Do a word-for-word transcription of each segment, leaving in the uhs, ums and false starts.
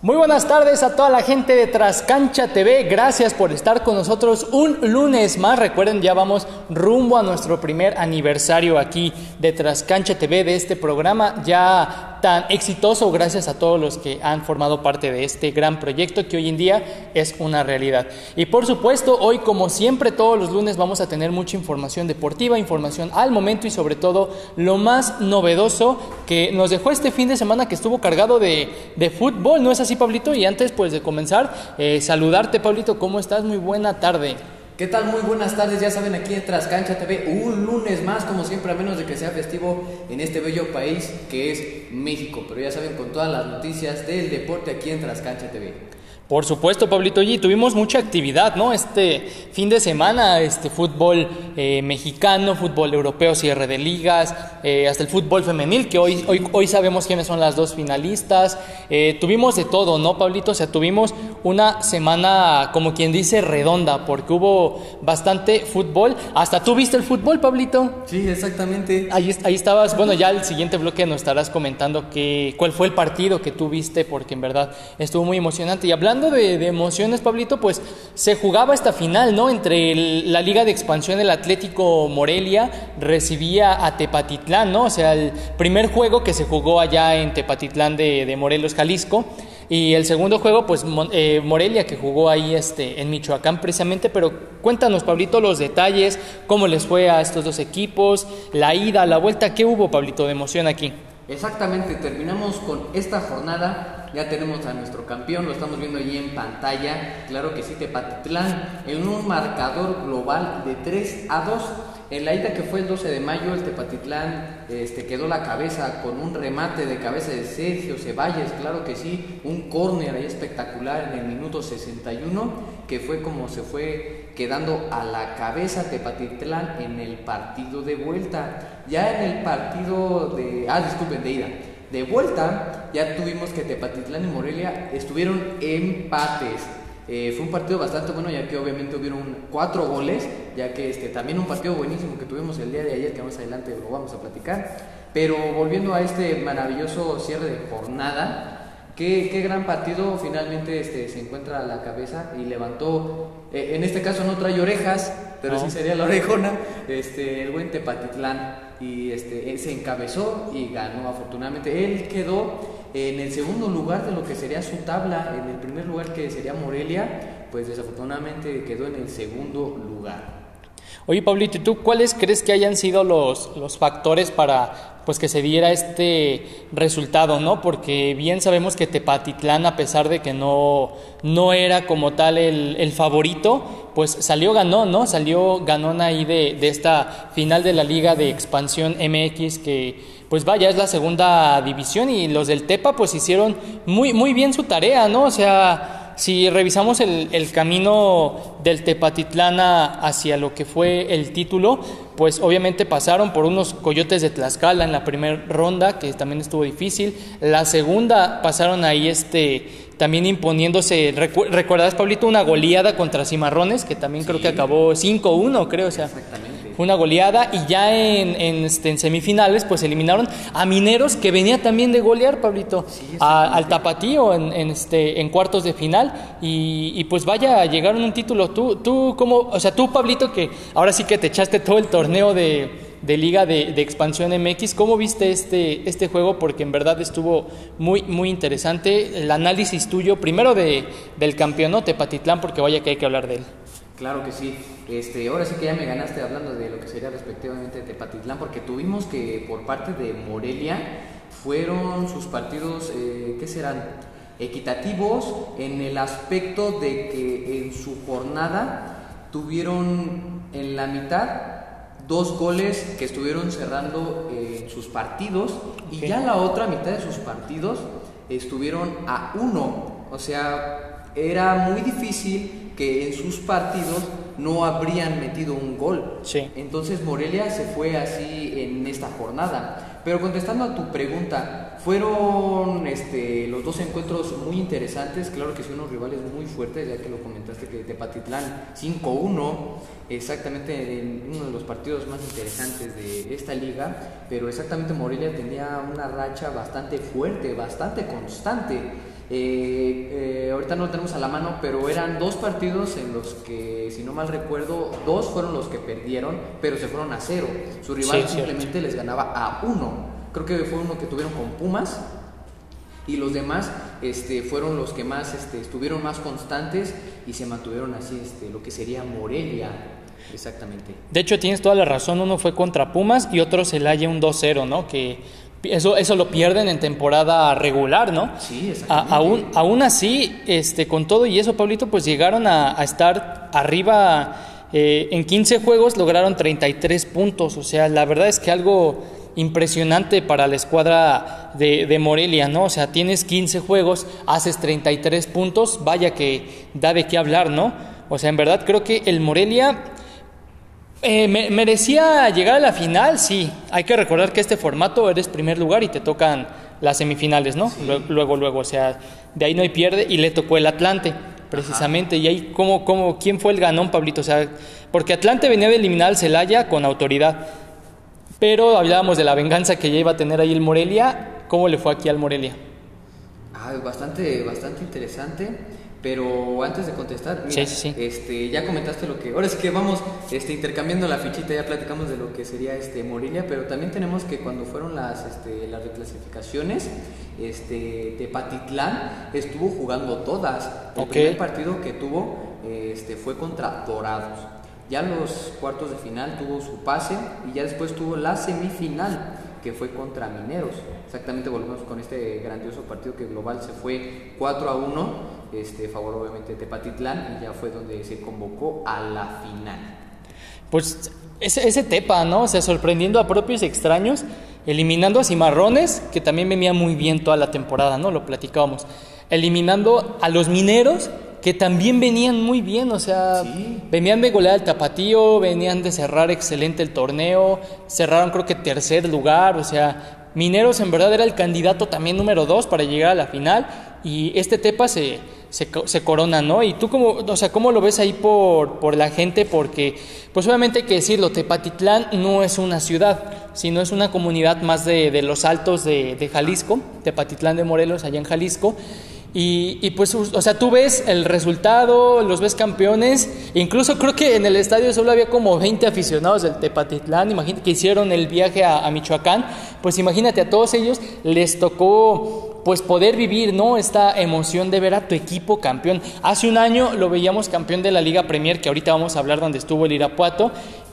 Muy buenas tardes a toda la gente de Trascancha T V, gracias por estar con nosotros un lunes más. Recuerden, ya vamos rumbo a nuestro primer aniversario aquí de Trascancha T V, de este programa ya tan exitoso, gracias a todos los que han formado parte de este gran proyecto que hoy en día es una realidad. Y por supuesto, hoy como siempre todos los lunes vamos a tener mucha información deportiva, información al momento y sobre todo lo más novedoso que nos dejó este fin de semana, que estuvo cargado de, de fútbol, ¿no es así, Pablito? Y antes pues de comenzar, eh, saludarte, Pablito, ¿cómo estás? Muy buena tarde. ¿Qué tal? Muy buenas tardes, ya saben, aquí en Trascancha T V, un lunes más, como siempre, a menos de que sea festivo en este bello país que es México, pero ya saben, con todas las noticias del deporte aquí en Trascancha T V. Por supuesto, Pablito, y tuvimos mucha actividad, ¿no? Este fin de semana, este fútbol eh, mexicano, fútbol europeo, cierre de ligas, eh, hasta el fútbol femenil, que hoy, hoy, hoy sabemos quiénes son las dos finalistas. Eh, tuvimos de todo, ¿no, Pablito? O sea, tuvimos una semana, como quien dice, redonda, porque hubo bastante fútbol. Hasta tú viste el fútbol, Pablito. Sí, exactamente. Ahí, ahí estabas. Bueno, ya el siguiente bloque nos estarás comentando que, cuál fue el partido que tú viste, porque en verdad estuvo muy emocionante. Y hablando De, de emociones, Pablito, pues se jugaba esta final, ¿no? Entre el, la Liga de Expansión, el Atlético Morelia recibía a Tepatitlán, ¿no? O sea, el primer juego que se jugó allá en Tepatitlán de, de Morelos, Jalisco, y el segundo juego, pues eh, Morelia, que jugó ahí este, en Michoacán precisamente. Pero cuéntanos, Pablito, los detalles, cómo les fue a estos dos equipos, la ida, la vuelta, ¿qué hubo, Pablito, de emoción aquí? Exactamente, terminamos con esta jornada, ya tenemos a nuestro campeón, lo estamos viendo allí en pantalla, claro que sí, Tepatitlán, en un marcador global de tres a dos. En la ida, que fue el doce de mayo, el Tepatitlán este, quedó la cabeza con un remate de cabeza de Sergio Ceballos, claro que sí, un córner ahí espectacular en el minuto sesenta y uno, que fue como se fue quedando a la cabeza Tepatitlán en el partido de vuelta. Ya en el partido de... Ah, disculpen, de ida. De vuelta, ya tuvimos que Tepatitlán y Morelia estuvieron empates. Eh, fue un partido bastante bueno, ya que obviamente hubieron cuatro goles, ya que este, también un partido buenísimo que tuvimos el día de ayer, que más adelante lo vamos a platicar. Pero volviendo a este maravilloso cierre de jornada, Qué, qué gran partido, finalmente este, se encuentra a la cabeza y levantó, eh, en este caso no trae orejas, pero no. Sí sería la orejona, este, el buen Tepatitlán, y este, se encabezó y ganó afortunadamente. Él quedó en el segundo lugar de lo que sería su tabla. En el primer lugar, que sería Morelia, pues desafortunadamente quedó en el segundo lugar. Oye, Pablito, ¿y tú cuáles crees que hayan sido los, los factores para pues que se diera este resultado, ¿no? Porque bien sabemos que Tepatitlán, a pesar de que no, no era como tal el, el favorito, pues salió ganón, ¿no? Salió ganón ahí de, de esta final de la Liga de Expansión M X, que pues vaya, es la segunda división, y los del Tepa pues hicieron muy, muy bien su tarea, ¿no? O sea, si revisamos el, el camino del Tepatitlán hacia lo que fue el título, pues obviamente pasaron por unos Coyotes de Tlaxcala en la primera ronda, que también estuvo difícil. La segunda pasaron ahí este también imponiéndose, recu- ¿recuerdas, Pablito, una goleada contra Cimarrones, que también sí, creo que acabó cinco uno, creo, o sea, fue una goleada? Y ya en, en, este, en semifinales pues eliminaron a Mineros, que venía también de golear, Pablito, sí, a, al Tapatío en, en, este, en cuartos de final, y, y pues vaya, llegaron a un título. Tú, tú como, o sea, tú, Pablito, que ahora sí que te echaste todo el torneo de, de Liga de, de Expansión M X, ¿cómo viste este, este juego? Porque en verdad estuvo muy, muy interesante. El análisis tuyo, primero de, del campeón, ¿no? Tepatitlán, porque vaya que hay que hablar de él. Claro que sí, este, ahora sí que ya me ganaste hablando de lo que sería respectivamente de Tepatitlán, porque tuvimos que por parte de Morelia fueron sus partidos, eh, ¿qué serán? Equitativos, en el aspecto de que en su jornada tuvieron en la mitad dos goles que estuvieron cerrando eh, sus partidos, y okay, ya la otra mitad de sus partidos estuvieron a uno, o sea, era muy difícil que en sus partidos no habrían metido un gol. Sí. Entonces Morelia se fue así en esta jornada. Pero contestando a tu pregunta, fueron este, los dos encuentros muy interesantes, claro que son unos rivales muy fuertes, ya que lo comentaste, que Tepatitlán cinco uno, exactamente en uno de los partidos más interesantes de esta liga, pero exactamente Morelia tenía una racha bastante fuerte, bastante constante. Eh, eh, ahorita no lo tenemos a la mano, pero eran dos partidos en los que, si no mal recuerdo, dos fueron los que perdieron, pero se fueron a cero. Su rival Sí, simplemente cierto. les ganaba a uno. Creo que fue uno que tuvieron con Pumas. Y los demás este, fueron los que más este, estuvieron más constantes y se mantuvieron así, este, lo que sería Morelia, exactamente. De hecho, tienes toda la razón, uno fue contra Pumas y otro Celaya un dos cero, ¿no? Que eso, eso lo pierden en temporada regular, ¿no? Sí, A, exactamente. aún, aún así, este, con todo y eso, Pablito, pues llegaron a, a estar arriba eh, en quince juegos, lograron treinta y tres puntos, o sea, la verdad es que algo impresionante para la escuadra de, de Morelia, ¿no? O sea, tienes quince juegos, haces treinta y tres puntos, vaya que da de qué hablar, ¿no? O sea, en verdad creo que el Morelia eh, me, merecía llegar a la final, sí. Hay que recordar que este formato eres primer lugar y te tocan las semifinales, ¿no? Sí. Luego, luego, luego, o sea, de ahí no hay pierde y le tocó el Atlante, precisamente. Ajá. Y ahí, ¿cómo, cómo, ¿quién fue el ganón, Pablito? O sea, porque Atlante venía de eliminar al Celaya con autoridad. Pero hablábamos de la venganza que ya iba a tener ahí el Morelia. ¿Cómo le fue aquí al Morelia? Ah, bastante, bastante interesante. Pero antes de contestar, mira, sí, sí, sí. Este, ya comentaste lo que... Ahora sí que vamos este, intercambiando la fichita, ya platicamos de lo que sería este, Morelia, pero también tenemos que cuando fueron las, este, las reclasificaciones, este, Tepatitlán estuvo jugando todas. El okay. primer partido que tuvo este, fue contra Dorados. Ya los cuartos de final tuvo su pase y ya después tuvo la semifinal, que fue contra Mineros. Exactamente, volvemos con este grandioso partido que global se fue cuatro a uno, este, favor obviamente de Tepatitlán, y ya fue donde se convocó a la final. Pues ese, ese Tepa, ¿no? O sea, sorprendiendo a propios y extraños, eliminando a Cimarrones, que también venía muy bien toda la temporada, ¿no? Lo platicábamos. Eliminando a los Mineros, que también venían muy bien, o sea, sí. venían de golear al Tapatío, venían de cerrar excelente el torneo, cerraron creo que tercer lugar, o sea, Mineros en verdad era el candidato también número dos para llegar a la final, y este Tepa se, se, se corona, ¿no? Y tú, cómo, o sea, ¿cómo lo ves ahí por, por la gente? Porque, pues obviamente hay que decirlo, Tepatitlán no es una ciudad, sino es una comunidad más de, de los altos de, de Jalisco, Tepatitlán de Morelos, allá en Jalisco. Y, y pues, o sea, tú ves el resultado, los ves campeones, incluso creo que en el estadio solo había como veinte aficionados del Tepatitlán, imagínate que hicieron el viaje a, a Michoacán, pues imagínate, a todos ellos les tocó pues poder vivir, ¿no? Esta emoción de ver a tu equipo campeón. Hace un año lo veíamos campeón de la Liga Premier, que ahorita vamos a hablar donde estuvo el Irapuato,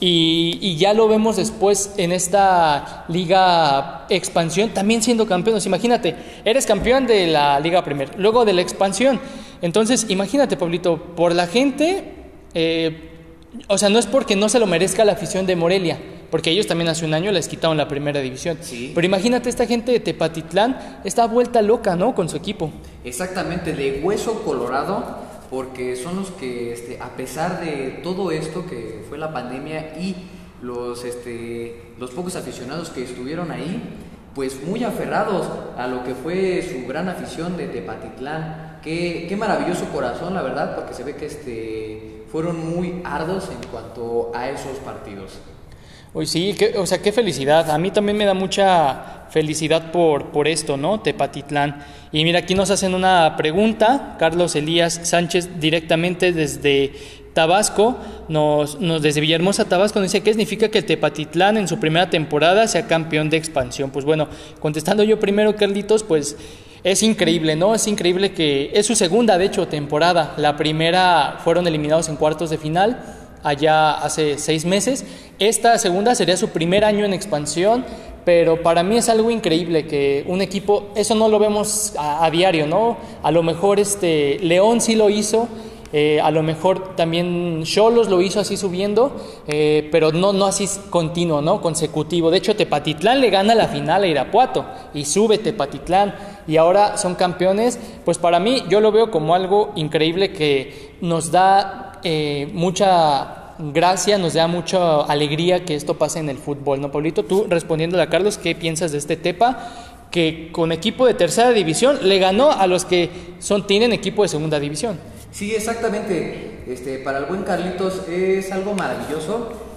y, y ya lo vemos después en esta Liga Expansión, también siendo campeones. Imagínate, eres campeón de la Liga Premier, luego de la Expansión. Entonces, imagínate, Pablito, por la gente, eh, o sea, no es porque no se lo merezca la afición de Morelia, porque ellos también hace un año les quitaron la primera división. Sí. Pero imagínate, esta gente de Tepatitlán está vuelta loca, ¿no? Con su equipo. Exactamente, de hueso colorado, porque son los que, este, a pesar de todo esto que fue la pandemia y los, este, los pocos aficionados que estuvieron ahí, pues muy aferrados a lo que fue su gran afición de Tepatitlán. Qué, qué maravilloso corazón, la verdad, porque se ve que este, fueron muy ardos en cuanto a esos partidos. Uy, sí, qué, o sea, qué felicidad. A mí también me da mucha felicidad por, por esto, ¿no? Tepatitlán. Y mira, aquí nos hacen una pregunta, Carlos Elías Sánchez, directamente desde Tabasco, nos, nos desde Villahermosa, Tabasco, nos dice, ¿qué significa que el Tepatitlán en su primera temporada sea campeón de expansión? Pues bueno, contestando yo primero, Carlitos, pues es increíble, ¿no? Es increíble que es su segunda, de hecho, temporada. La primera fueron eliminados en cuartos de final, allá hace seis meses. Esta segunda sería su primer año en expansión, pero para mí es algo increíble que un equipo, eso no lo vemos a, a diario, ¿no? A lo mejor este León sí lo hizo, eh, a lo mejor también Xolos lo hizo así subiendo, eh, pero no, no así continuo, ¿no? Consecutivo. De hecho, Tepatitlán le gana la final a Irapuato y sube Tepatitlán y ahora son campeones. Pues para mí yo lo veo como algo increíble que nos da Eh, mucha gracia, nos da mucha alegría que esto pase en el fútbol, ¿no, Pablito? Tú, respondiéndole a Carlos, ¿qué piensas de este Tepa que con equipo de tercera división le ganó a los que son tienen equipo de segunda división? Sí, exactamente. Este, para el buen Carlitos es algo maravilloso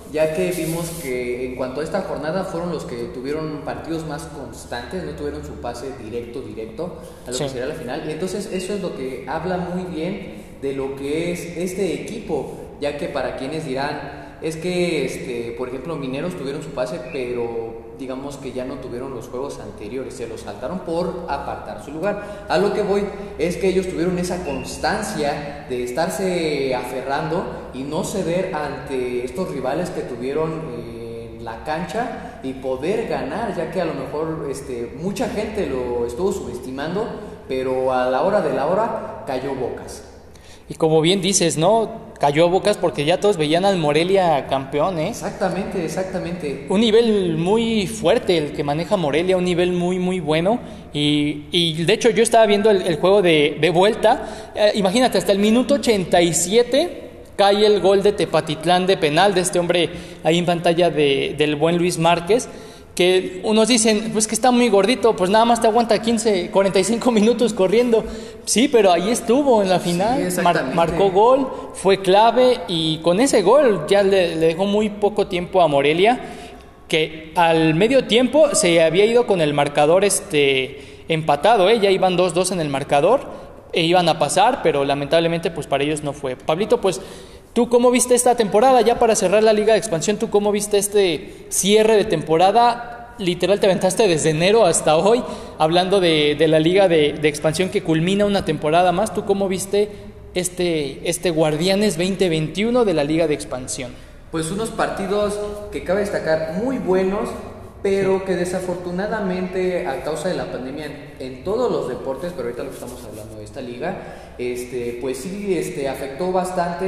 ya que vimos que en cuanto a esta jornada fueron los que tuvieron partidos más constantes, no tuvieron su pase directo, directo a lo sí. que sería la final, y entonces eso es lo que habla muy bien de lo que es este equipo, ya que para quienes dirán, es que, este, por ejemplo, Mineros tuvieron su pase, pero digamos que ya no tuvieron los juegos anteriores, se los saltaron por apartar su lugar. A lo que voy es que ellos tuvieron esa constancia de estarse aferrando y no ceder ante estos rivales que tuvieron en la cancha y poder ganar, ya que a lo mejor este, mucha gente lo estuvo subestimando, pero a la hora de la hora cayó bocas. Y como bien dices, ¿no? Cayó a bocas porque ya todos veían al Morelia campeón, ¿eh? Exactamente, exactamente. Un nivel muy fuerte el que maneja Morelia, un nivel muy, muy bueno. Y, y de hecho yo estaba viendo el, el juego de, de vuelta. Eh, imagínate, hasta el minuto ochenta y siete cae el gol de Tepatitlán de penal de este hombre ahí en pantalla de, del buen Luis Márquez. Que unos dicen, pues que está muy gordito, pues nada más te aguanta quince, cuarenta y cinco minutos corriendo. Sí, pero ahí estuvo en la final, sí, Mar- marcó gol, fue clave y con ese gol ya le, le dejó muy poco tiempo a Morelia, que al medio tiempo se había ido con el marcador este empatado, ¿eh? Ya iban dos dos en el marcador e iban a pasar, pero lamentablemente pues para ellos no fue. Pablito, pues ¿tú cómo viste esta temporada? Ya para cerrar la Liga de Expansión, ¿tú cómo viste este cierre de temporada? Literal te aventaste desde enero hasta hoy, hablando de, de la Liga de, de Expansión que culmina una temporada más. ¿Tú cómo viste este, este Guardianes veinte veintiuno de la Liga de Expansión? Pues unos partidos que cabe destacar muy buenos, pero que desafortunadamente a causa de la pandemia en, en todos los deportes, pero ahorita lo que estamos hablando de esta liga, este, pues sí este, afectó bastante,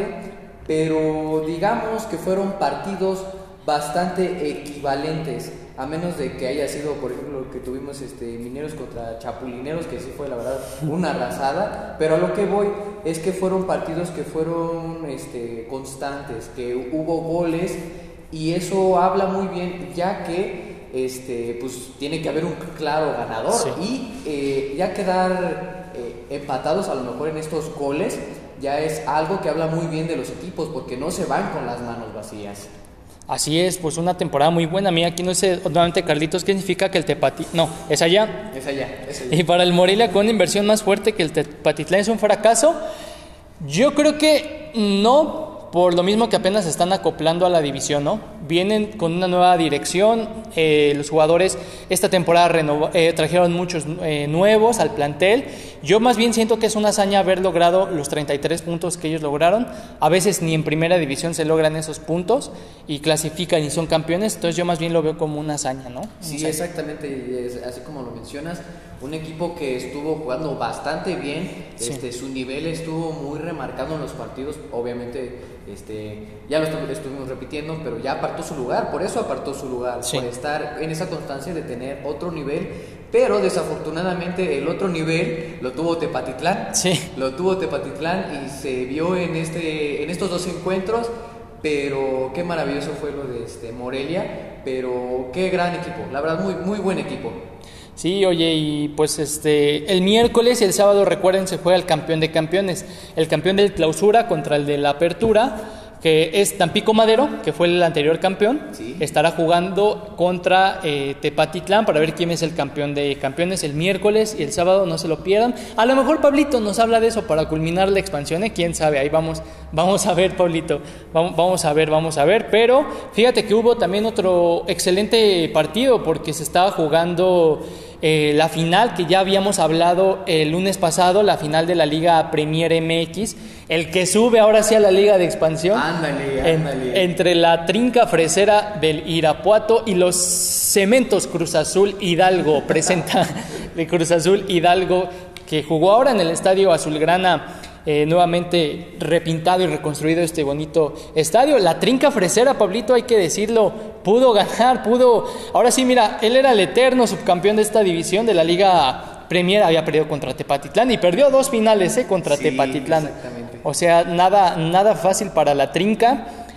pero digamos que fueron partidos bastante equivalentes, a menos de que haya sido, por ejemplo, lo que tuvimos este, Mineros contra Chapulineros, que sí fue la verdad una arrasada, pero a lo que voy es que fueron partidos que fueron este, constantes, que hubo goles, y eso habla muy bien, ya que este, pues tiene que haber un claro ganador, sí. y eh, ya quedar eh, empatados a lo mejor en estos goles ya es algo que habla muy bien de los equipos, porque no se van con las manos vacías. Así es, pues una temporada muy buena. Mira, aquí no sé, nuevamente Carlitos, ¿qué significa que el Tepatitlán? No, es allá. Es allá, es allá. Y para el Morelia con una inversión más fuerte que el Tepatitlán es un fracaso. Yo creo que no, por lo mismo que apenas se están acoplando a la división, ¿no? Vienen con una nueva dirección, eh, los jugadores esta temporada renov- eh, trajeron muchos eh, nuevos al plantel. Yo más bien siento que es una hazaña haber logrado los treinta y tres puntos que ellos lograron. A veces ni en primera división se logran esos puntos y clasifican y son campeones, entonces yo más bien lo veo como una hazaña, ¿no? Sí, exactamente, es así como lo mencionas, un equipo que estuvo jugando bastante bien, sí. este, su nivel estuvo muy remarcado en los partidos, obviamente este, ya lo estuvimos repitiendo, pero ya apartó su lugar, por eso apartó su lugar, sí. por estar en esa constancia de tener otro nivel, pero desafortunadamente el otro nivel lo tuvo Tepatitlán, sí. lo tuvo Tepatitlán y se vio en, este, en estos dos encuentros. Pero qué maravilloso fue lo de este Morelia, pero qué gran equipo, la verdad muy muy buen equipo. Sí, oye, y pues este el miércoles y el sábado, recuerden, se juega el campeón de campeones, el campeón del clausura contra el de la apertura, que es Tampico Madero, que fue el anterior campeón, sí. estará jugando contra eh, Tepatitlán para ver quién es el campeón de campeones el miércoles y el sábado, no se lo pierdan. A lo mejor Pablito nos habla de eso para culminar la expansión, ¿eh? Quién sabe, ahí vamos, vamos a ver, Pablito, vamos, vamos a ver, vamos a ver, pero fíjate que hubo también otro excelente partido porque se estaba jugando eh, la final que ya habíamos hablado el lunes pasado, la final de la Liga Premier M X, el que sube ahora sí a la Liga de Expansión. Ándale, ándale. En, entre la Trinca Fresera del Irapuato y los Cementos Cruz Azul Hidalgo, presenta de Cruz Azul Hidalgo, que jugó ahora en el Estadio Azulgrana, eh, nuevamente repintado y reconstruido este bonito estadio. La Trinca Fresera, Pablito, hay que decirlo, pudo ganar, pudo... Ahora sí, mira, él era el eterno subcampeón de esta división de la Liga Premier, había perdido contra Tepatitlán y perdió dos finales eh, contra sí, Tepatitlán. Exactamente. O sea, nada, nada fácil para la Trinca.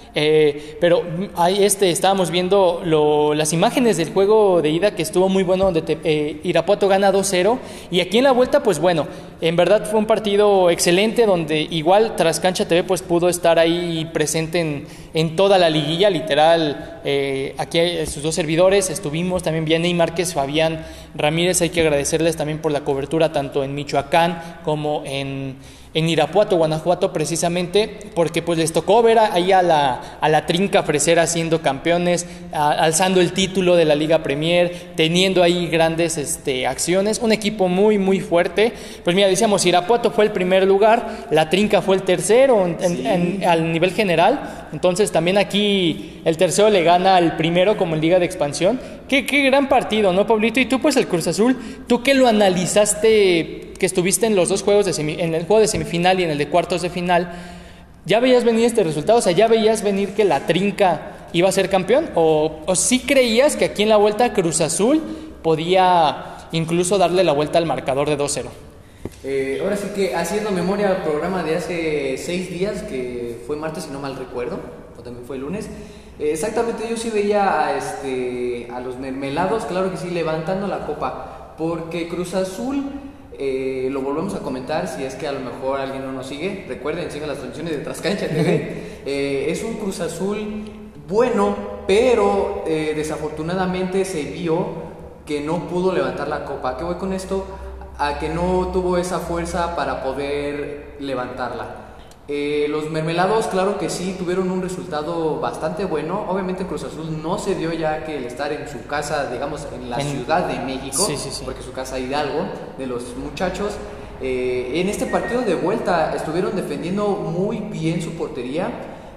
Eh, pero ahí este, estábamos viendo lo, las imágenes del juego de ida, que estuvo muy bueno, donde te, eh, Irapuato gana dos cero, y aquí en la vuelta, pues bueno, en verdad fue un partido excelente, donde igual Trascancha T V pues pudo estar ahí presente en, en toda la liguilla, literal. Eh, aquí hay sus dos servidores, estuvimos también Vianney Márquez, Fabián Ramírez, hay que agradecerles también por la cobertura tanto en Michoacán como en en Irapuato, Guanajuato, precisamente porque pues les tocó ver ahí a la, a la Trinca Fresera siendo campeones, a, alzando el título de la Liga Premier, teniendo ahí grandes este, acciones, un equipo muy muy fuerte. Pues mira, decíamos, Irapuato fue el primer lugar, la Trinca fue el tercero en, sí. en, en, al nivel general, entonces también aquí el tercero le gana al primero como en Liga de Expansión. Qué, qué gran partido, ¿no, Pablito? Y tú pues el Cruz Azul, ¿tú qué lo analizaste, que estuviste en los dos juegos, de semi, en el juego de semifinal y en el de cuartos de final? ¿Ya veías venir este resultado? O sea, ¿ya veías venir que la Trinca iba a ser campeón? ¿O, o sí creías que aquí en la vuelta Cruz Azul podía incluso darle la vuelta al marcador de dos cero? Eh, ahora sí que haciendo memoria al programa de hace seis días, que fue martes si no mal recuerdo, o también fue lunes, eh, exactamente yo sí veía a, este, a los mermelados, claro que sí, levantando la copa, porque Cruz Azul... Eh, lo volvemos a comentar si es que a lo mejor alguien no nos sigue. Recuerden, sigan las transmisiones de Trascancha T V. eh, es un Cruz Azul bueno, pero eh, desafortunadamente se vio que no pudo levantar la copa. ¿A qué voy con esto? A que no tuvo esa fuerza para poder levantarla. Eh, los mermelados, claro que sí, tuvieron un resultado bastante bueno. Obviamente Cruz Azul no se dio, ya que el estar en su casa, digamos, en la en... Ciudad de México, sí, sí, sí. porque su casa Hidalgo, de los muchachos, eh, en este partido de vuelta estuvieron defendiendo muy bien su portería.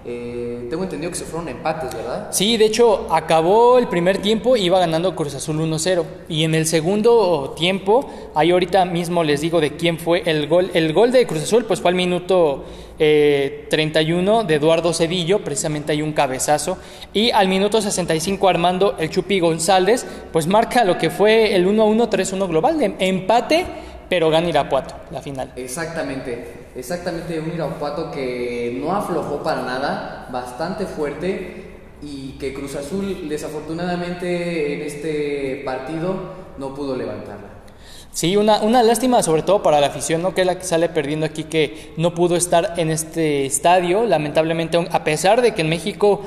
Eh, tengo entendido que se fueron empates, ¿verdad? Sí, de hecho, acabó el primer tiempo y iba ganando Cruz Azul uno cero. Y en el segundo tiempo, ahí ahorita mismo les digo de quién fue el gol. El gol de Cruz Azul pues fue al minuto eh, treinta y uno de Eduardo Cedillo, precisamente hay un cabezazo. Y al minuto sesenta y cinco Armando El Chupi González, pues marca lo que fue el uno a uno, tres uno global, de empate, pero gana Irapuato la final. Exactamente. Exactamente, un Irapuato que no aflojó para nada, bastante fuerte, y que Cruz Azul desafortunadamente en este partido no pudo levantarla. Sí, una, una lástima sobre todo para la afición, ¿no? Que es la que sale perdiendo aquí, que no pudo estar en este estadio, lamentablemente, a pesar de que en México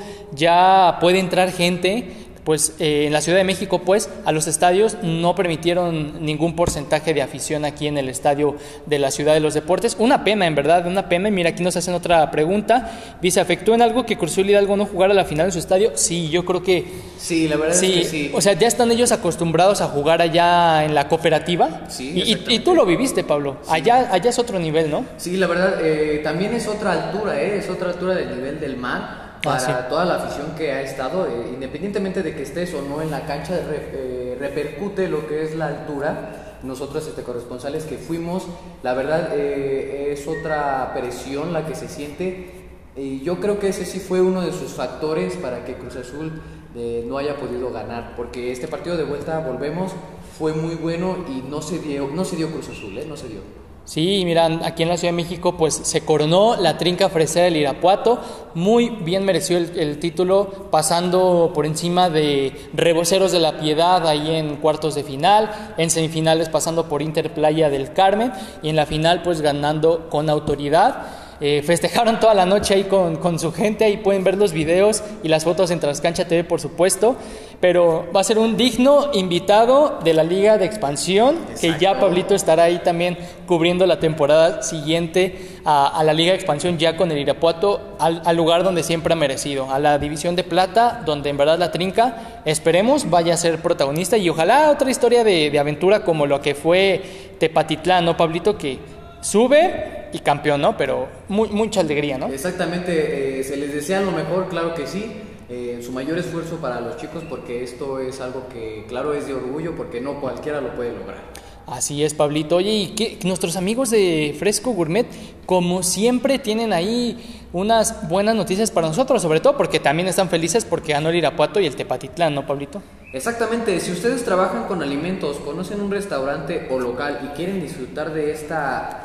ya puede entrar gente. Pues eh, en la Ciudad de México, pues, a los estadios no permitieron ningún porcentaje de afición aquí en el estadio de la Ciudad de los Deportes. Una pena, en verdad, una pena. Y mira, aquí nos hacen otra pregunta. Dice, ¿afectó en algo que Cruz Azul Hidalgo no jugara la final en su estadio? Sí, yo creo que... Sí, la verdad sí. es que sí. O sea, ya están ellos acostumbrados a jugar allá en la cooperativa. Sí, y, y, y tú lo viviste, Pablo. Sí. Allá, allá es otro nivel, ¿no? Sí, la verdad, eh, también es otra altura, ¿eh? Es otra altura del nivel del mar. Para ah, sí. toda la afición que ha estado, eh, independientemente de que estés o no en la cancha, re, eh, repercute lo que es la altura. Nosotros, este, corresponsales que fuimos, la verdad eh, es otra presión la que se siente, y yo creo que ese sí fue uno de sus factores para que Cruz Azul eh, no haya podido ganar, porque este partido de vuelta, volvemos, fue muy bueno y no se dio, no se dio Cruz Azul, ¿eh? no se dio. Sí, miran, aquí en la Ciudad de México pues se coronó la Trinca Fresera del Irapuato, muy bien mereció el, el título, pasando por encima de Reboceros de la Piedad ahí en cuartos de final, en semifinales pasando por Inter Playa del Carmen y en la final pues ganando con autoridad. Eh, festejaron toda la noche ahí con, con su gente, ahí pueden ver los videos y las fotos en Trascancha T V, por supuesto, pero va a ser un digno invitado de la Liga de Expansión. Exacto. Que ya Pablito estará ahí también cubriendo la temporada siguiente a, a la Liga de Expansión, ya con el Irapuato al, al lugar donde siempre ha merecido, a la División de Plata, donde en verdad la Trinca, esperemos, vaya a ser protagonista, y ojalá otra historia de, de aventura como lo que fue Tepatitlán, ¿no, Pablito? Que sube y campeón, ¿no? Pero muy, mucha alegría, ¿no? Exactamente, eh, se les desea lo mejor, claro que sí, eh, su mayor esfuerzo para los chicos, porque esto es algo que, claro, es de orgullo, porque no cualquiera lo puede lograr. Así es, Pablito. Oye, y que nuestros amigos de Fresco Gourmet, como siempre, tienen ahí unas buenas noticias para nosotros, sobre todo porque también están felices porque ganó el Irapuato y el Tepatitlán, ¿no, Pablito? Exactamente, si ustedes trabajan con alimentos, conocen un restaurante o local y quieren disfrutar de esta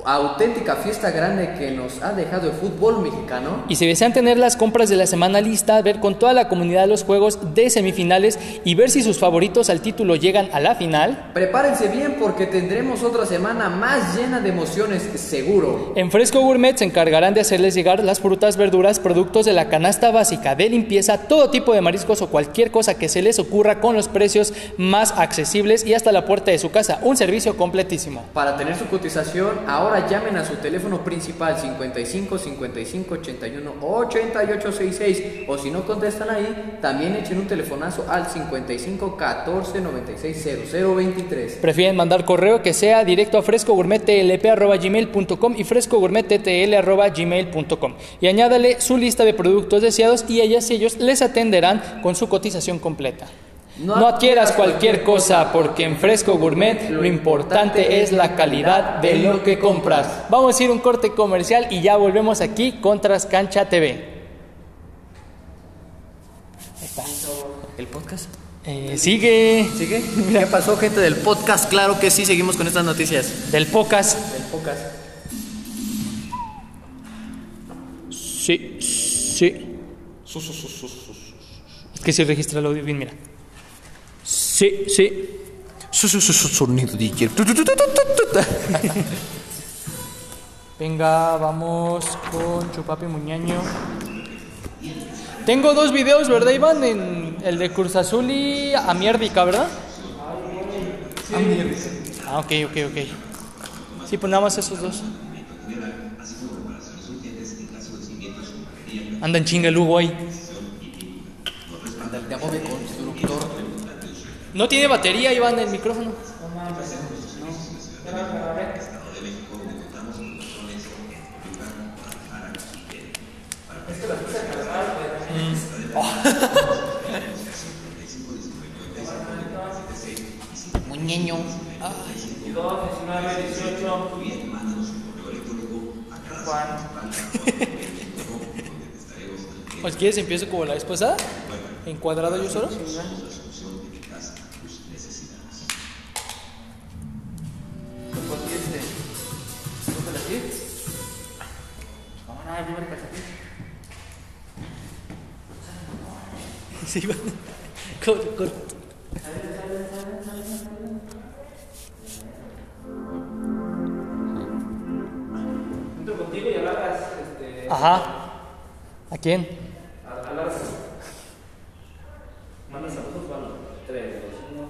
auténtica fiesta grande que nos ha dejado el fútbol mexicano. Y si desean tener las compras de la semana lista, ver con toda la comunidad los juegos de semifinales y ver si sus favoritos al título llegan a la final, prepárense bien porque tendremos otra semana más llena de emociones, seguro. En Fresco Gourmet se encargarán de hacerles llegar las frutas, verduras, productos de la canasta básica de limpieza, todo tipo de mariscos o cualquier cosa que se les ocurra con los precios más accesibles y hasta la puerta de su casa. Un servicio completísimo. Para tener su cotización, ahora llamen a su teléfono principal cincuenta y cinco, cincuenta y cinco, ochenta y uno, ochenta y ocho sesenta y seis, o si no contestan ahí, también echen un telefonazo al cincuenta y cinco, catorce, noventa y seis, cero cero veintitrés. Prefieren mandar correo, que sea directo a frescogourmettlp arroba gmail punto com y frescogourmetttl arroba gmail punto com, y añádale su lista de productos deseados y ellas y ellos les atenderán con su cotización completa. No, no adquieras cualquier cosa, porque en Fresco Gourmet lo importante es la calidad de lo que compras. Vamos a ir a un corte comercial y ya volvemos aquí con Trascancha T V. Ahí está. ¿El podcast? Eh, sigue. ¿Sigue? ¿Qué pasó, gente del podcast? Claro que sí, seguimos con estas noticias. Del podcast. Del podcast. Sí, sí. Es que si registra el audio bien, mira. Sí, sí. Sonido D J. Venga, vamos con Chupapi Muñaño. Tengo dos videos, ¿verdad, Iván? En el de Cruz Azul y Amierdica, ¿verdad? Sí. Ah, ok, ok, ok. Sí, pues nada más esos dos. Anda en chinga el Hugo ahí. Anda el llamo de constructor. No tiene batería, Iván, el micrófono. Muñeño. dos, diecinueve, dieciocho. ¿Os quieres empiezo como la vez pasada? ¿Encuadrado yo solo? Sí, va. Corre, corre. Entro contigo y hablas, este... Ajá. ¿A quién? Hablas... Manda saludos, bueno, tres, dos, uno...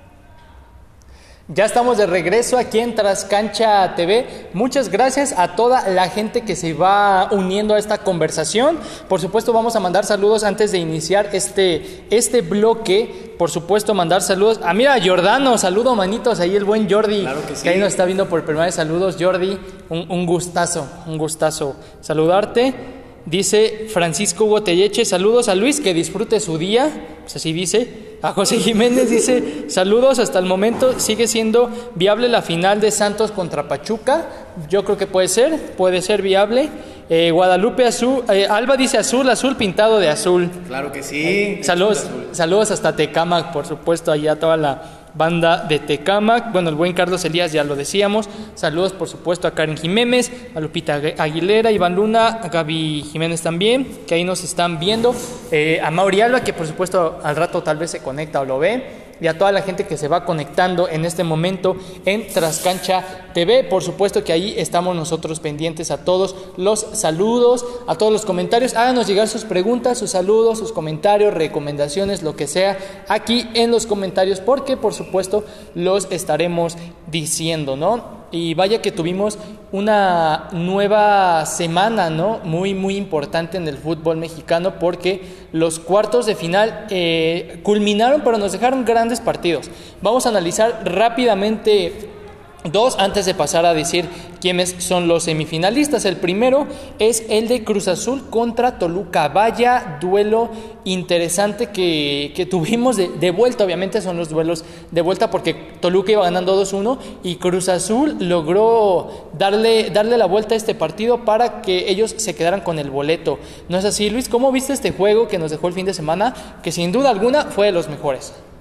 Ya estamos de regreso aquí en Trascancha T V. Muchas gracias a toda la gente que se va uniendo a esta conversación. Por supuesto, vamos a mandar saludos antes de iniciar este, este bloque. Por supuesto, mandar saludos. Ah, mira, Jordano, saludo, manitos. Ahí el buen Jordi, claro que sí. Que ahí nos está viendo por primera vez. Saludos, Jordi. Un, un gustazo, un gustazo saludarte. Dice Francisco Hugo Telleche, saludos a Luis, que disfrute su día. Pues así dice. A José Jiménez dice, saludos, hasta el momento sigue siendo viable la final de Santos contra Pachuca. Yo creo que puede ser, puede ser viable. Eh, Guadalupe Azul, eh, Alba dice azul, azul pintado de azul. Claro que sí. Eh, saludos, saludos hasta Tecámac, por supuesto, allá toda la banda de Tecámac. Bueno, el buen Carlos Elías ya lo decíamos. Saludos, por supuesto, a Karen Jiménez, a Lupita Aguilera, Iván Luna, a Gaby Jiménez también, que ahí nos están viendo. Eh, a Mauri Alba, que por supuesto al rato tal vez se conecta o lo ve. Y a toda la gente que se va conectando en este momento en Trascancha T V. Por supuesto que ahí estamos nosotros pendientes a todos los saludos, a todos los comentarios. Háganos llegar sus preguntas, sus saludos, sus comentarios, recomendaciones, lo que sea, aquí en los comentarios, porque por supuesto los estaremos diciendo, ¿no? Y vaya que tuvimos una nueva semana, ¿no? Muy, muy importante en el fútbol mexicano, porque los cuartos de final eh, culminaron, pero nos dejaron grandes partidos. Vamos a analizar rápidamente dos antes de pasar a decir quiénes son los semifinalistas. El primero es el de Cruz Azul contra Toluca. Vaya duelo interesante que, que tuvimos de, de vuelta. Obviamente son los duelos de vuelta porque Toluca iba ganando dos uno y Cruz Azul logró darle, darle la vuelta a este partido para que ellos se quedaran con el boleto. ¿No es así, Luis? ¿Cómo viste este juego que nos dejó el fin de semana? Que sin duda alguna fue de los mejores.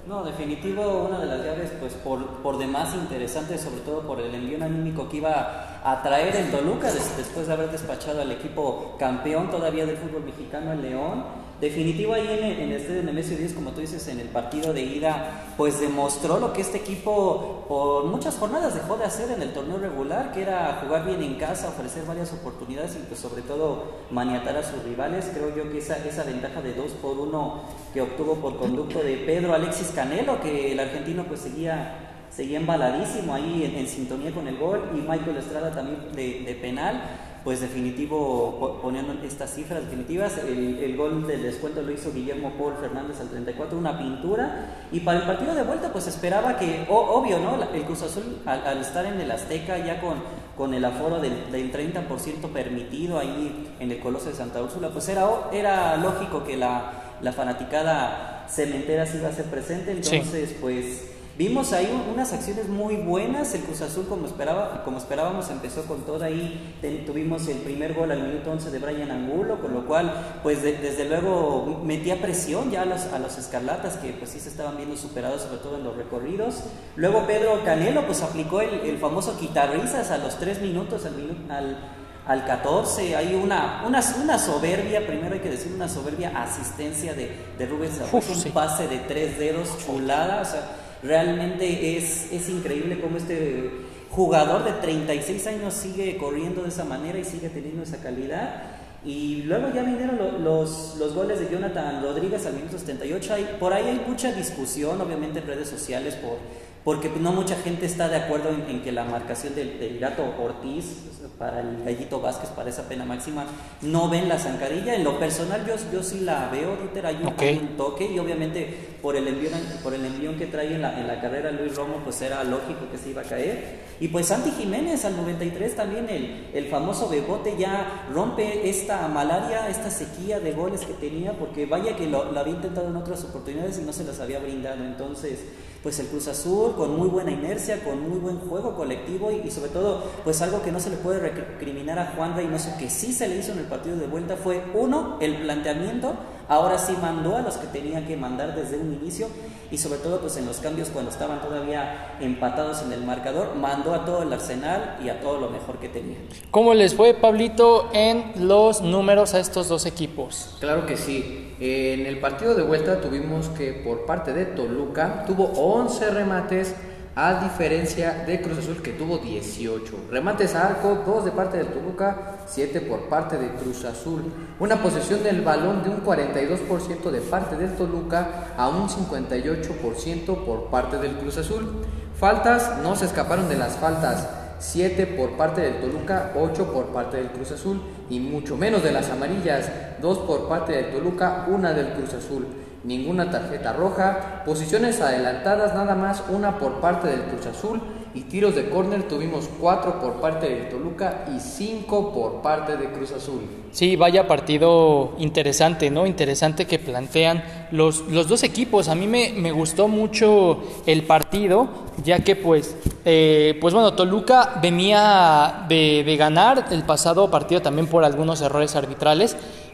No, definitivo, una de las llaves pues por, por demás interesante, sobre todo por el envío anímico que iba a traer el Toluca des, después de haber despachado al equipo campeón todavía del fútbol mexicano, el León. Definitivo ahí en el, en el estadio Nemesio diez, como tú dices, en el partido de ida, pues demostró lo que este equipo por muchas jornadas dejó de hacer en el torneo regular, que era jugar bien en casa, ofrecer varias oportunidades y pues sobre todo maniatar a sus rivales. Creo yo que esa, esa ventaja de dos por uno que obtuvo por conducto de Pedro Alexis Canelo, que el argentino pues seguía, seguía embaladísimo ahí en, en sintonía con el gol, y Michael Estrada también de, de penal, pues definitivo, poniendo estas cifras definitivas. El, el gol del descuento lo hizo Guillermo Paul Fernández al treinta y cuatro, una pintura, y para el partido de vuelta pues esperaba que, oh, obvio, ¿no? El Cruz Azul al, al estar en el Azteca ya con, con el aforo del, del treinta por ciento permitido ahí en el Coloso de Santa Úrsula, pues era, era lógico que la, la fanaticada cementera se iba a hacer presente, entonces sí. Pues vimos ahí unas acciones muy buenas. El Cruz Azul, como esperaba, como esperábamos, empezó con todo ahí. Tuvimos el primer gol al minuto once de Brian Angulo, con lo cual, pues de, desde luego metía presión ya a los, a los escarlatas, que pues sí se estaban viendo superados, sobre todo en los recorridos. Luego Pedro Canelo, pues aplicó el, el famoso quitarrisas a los tres minutos, al minuto, al al catorce, hay una, una, una soberbia, primero hay que decir una soberbia asistencia de, de Rubén Zambuesa, un sí. pase de tres dedos, chulada, o sea, realmente es, es increíble cómo este jugador de treinta y seis años sigue corriendo de esa manera y sigue teniendo esa calidad. Y luego ya vinieron lo, los, los goles de Jonathan Rodríguez al minuto setenta y ocho. Hay, por ahí hay mucha discusión, obviamente en redes sociales, por, porque no mucha gente está de acuerdo en, en que la marcación del, del Gato Ortiz para el Gallito Vázquez, para esa pena máxima, no ven la zancadilla. En lo personal yo, yo sí la veo, Dieter, hay un, okay. un toque, y obviamente por el envión, por el envión que trae en la, en la carrera Luis Romo, pues era lógico que se iba a caer. Y pues Santi Jiménez al noventa y tres también, el, el famoso Bebote, ya rompe esta malaria, esta sequía de goles que tenía, porque vaya que lo, lo había intentado en otras oportunidades y no se las había brindado. Entonces pues el Cruz Azul con muy buena inercia, con muy buen juego colectivo, y, y sobre todo pues algo que no se le puede recriminar a Juan Reynoso, que sí se le hizo en el partido de vuelta, fue uno, el planteamiento. Ahora sí mandó a los que tenía que mandar desde un inicio, y sobre todo pues en los cambios cuando estaban todavía empatados en el marcador, mandó a todo el arsenal y a todo lo mejor que tenía. ¿Cómo les fue, Pablito, en los números a estos dos equipos? Claro que sí. En el partido de vuelta tuvimos que por parte de Toluca tuvo once remates, a diferencia de Cruz Azul, que tuvo dieciocho. Remates a arco, dos de parte de Toluca, siete por parte de Cruz Azul. Una posesión del balón de un cuarenta y dos por ciento de parte del Toluca a un cincuenta y ocho por ciento por parte del Cruz Azul. Faltas, no se escaparon de las faltas. siete por parte del Toluca, ocho por parte del Cruz Azul, y mucho menos de las amarillas, dos por parte del Toluca, una del Cruz Azul. Ninguna tarjeta roja, posiciones adelantadas nada más una por parte del Cruz Azul, y tiros de córner tuvimos cuatro por parte del Toluca y cinco por parte de Cruz Azul. Sí, vaya partido interesante, ¿no? Interesante que plantean los, los dos equipos. A mí me, me gustó mucho el partido, ya que pues, eh, pues bueno, Toluca venía de, de ganar el pasado partido también por algunos errores arbitrales,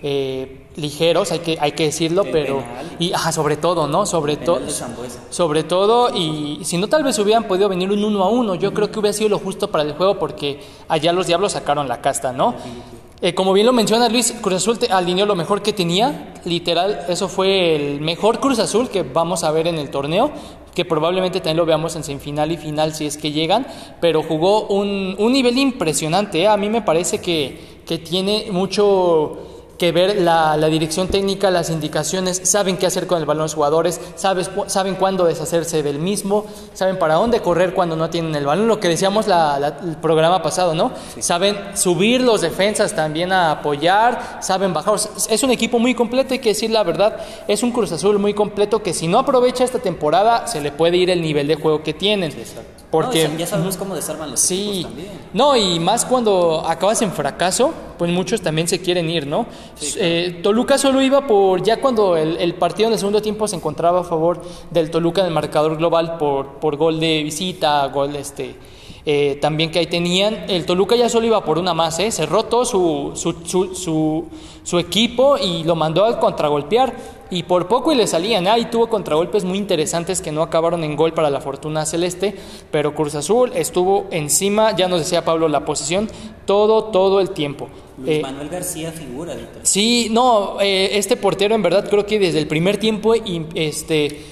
eh, ligeros, hay que, hay que decirlo, el pero penal. y ajá, sobre todo, ¿no? Sobre todo, sobre todo, y si no tal vez hubieran podido venir un uno a uno. Yo uh-huh. creo que hubiera sido lo justo para el juego, porque allá los Diablos sacaron la casta, ¿no? Eh, como bien lo menciona Luis, Cruz Azul te alineó lo mejor que tenía, literal, eso fue el mejor Cruz Azul que vamos a ver en el torneo, que probablemente también lo veamos en semifinal y final si es que llegan, pero jugó un, un nivel impresionante, ¿eh? A mí me parece que, que tiene mucho que ver la, la dirección técnica, las indicaciones, saben qué hacer con el balón los jugadores, sabes, saben cuándo deshacerse del mismo, saben para dónde correr cuando no tienen el balón, lo que decíamos la, la, el programa pasado, ¿no? Sí. Saben subir los defensas también a apoyar, saben bajar, es un equipo muy completo, hay que decir la verdad, es un Cruz Azul muy completo que si no aprovecha esta temporada se le puede ir el nivel de juego que tienen. Exacto. Porque no, ya sabemos cómo desarman los sí, equipos también. No, y más cuando acabas en fracaso, pues muchos también se quieren ir, ¿no? Sí, claro. eh, Toluca solo iba por, ya cuando el, el partido en el segundo tiempo se encontraba a favor del Toluca en el marcador global por, por gol de visita, gol este... Eh, también que ahí tenían, el Toluca ya solo iba por una más, ¿eh? Cerró todo su, su, su, su, su equipo y lo mandó a contragolpear. y por poco y le salían. Ahí tuvo contragolpes muy interesantes que no acabaron en gol para la fortuna celeste, pero Cruz Azul estuvo encima, ya nos decía Pablo, la posición todo, todo el tiempo. Luis Eh, Manuel García figura, Dieter. Sí, no, eh, este portero en verdad creo que desde el primer tiempo y, este,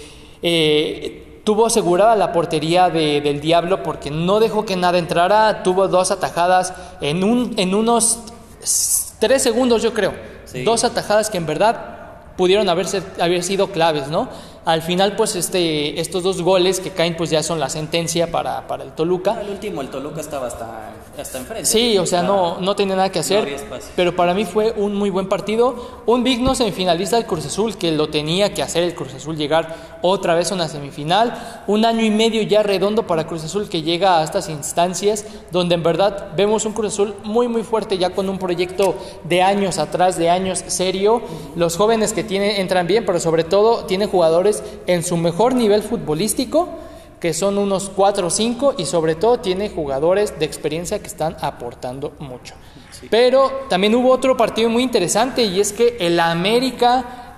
eh, tuvo asegurada la portería de, del Diablo porque no dejó que nada entrara, tuvo dos atajadas en, un, en unos tres segundos yo creo, sí. Dos atajadas que en verdad pudieron haberse, haber sido claves, ¿no? Al final, pues, este, estos dos goles que caen, pues, ya son la sentencia para, para el Toluca. El último, el Toluca estaba hasta, hasta enfrente. Sí, o sea, no, no tenía nada que hacer, no pero para mí fue un muy buen partido. Un digno semifinalista del Cruz Azul, que lo tenía que hacer el Cruz Azul, llegar otra vez a una semifinal. Un año y medio ya redondo para Cruz Azul, que llega a estas instancias, donde en verdad vemos un Cruz Azul muy, muy fuerte, ya con un proyecto de años atrás, de años serio. Los jóvenes que tienen entran bien, pero sobre todo tienen jugadores en su mejor nivel futbolístico, que son unos cuatro o cinco, y sobre todo tiene jugadores de experiencia que están aportando mucho. Sí. Pero también hubo otro partido muy interesante, y es que el América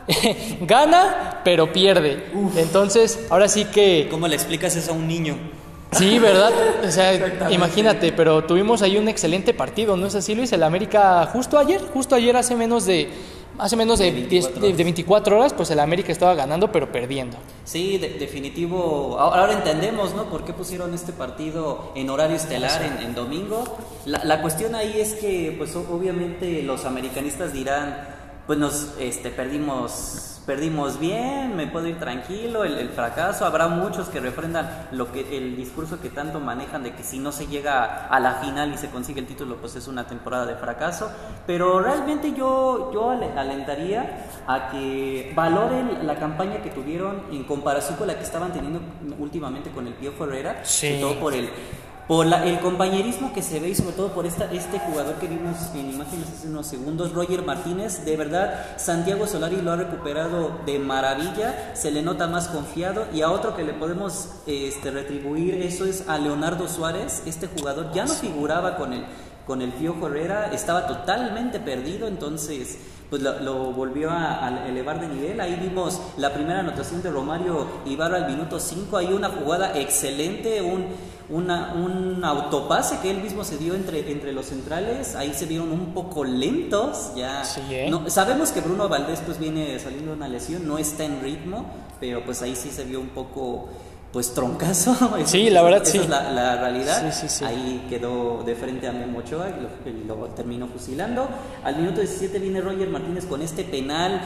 gana, pero pierde. Uf. Entonces, ahora sí que... ¿Cómo le explicas eso a un niño? Sí, ¿verdad? O sea, imagínate, pero tuvimos ahí un excelente partido, ¿no es así, Luis? El América justo ayer, justo ayer hace menos de... Hace menos de, diez, de, de veinticuatro horas, pues el América estaba ganando, pero perdiendo. Sí, de, definitivo. Ahora entendemos, ¿no? Por qué pusieron este partido en horario estelar, en, en domingo. La, la cuestión ahí es que, pues obviamente los americanistas dirán, pues nos este, perdimos... Perdimos bien, me puedo ir tranquilo, el, el fracaso, habrá muchos que refrendan lo que el discurso que tanto manejan de que si no se llega a la final y se consigue el título, pues es una temporada de fracaso, pero realmente yo, yo alentaría a que valoren la campaña que tuvieron en comparación con la que estaban teniendo últimamente con el Piojo Herrera, sí. Y todo por el... por la, el compañerismo que se ve y sobre todo por esta, este jugador que vimos en imágenes hace unos segundos, Roger Martínez. De verdad, Santiago Solari lo ha recuperado de maravilla, se le nota más confiado, y a otro que le podemos este, retribuir eso es a Leonardo Suárez. Este jugador ya no figuraba con el, con el Piojo Herrera, estaba totalmente perdido, entonces pues lo, lo volvió a, a elevar de nivel. Ahí vimos la primera anotación de Romario Ibarra al minuto cinco, hay una jugada excelente, un, una, un autopase que él mismo se dio entre, entre los centrales. Ahí se vieron un poco lentos, ya sí, ¿eh? no, sabemos que Bruno Valdés pues viene saliendo de una lesión, no está en ritmo, pero pues ahí sí se vio un poco pues troncazo. Sí, la verdad, esa sí. es la, la realidad. Sí, sí, sí. Ahí quedó de frente a Memo Ochoa y lo, lo terminó fusilando. Al minuto diecisiete viene Roger Martínez con este penal,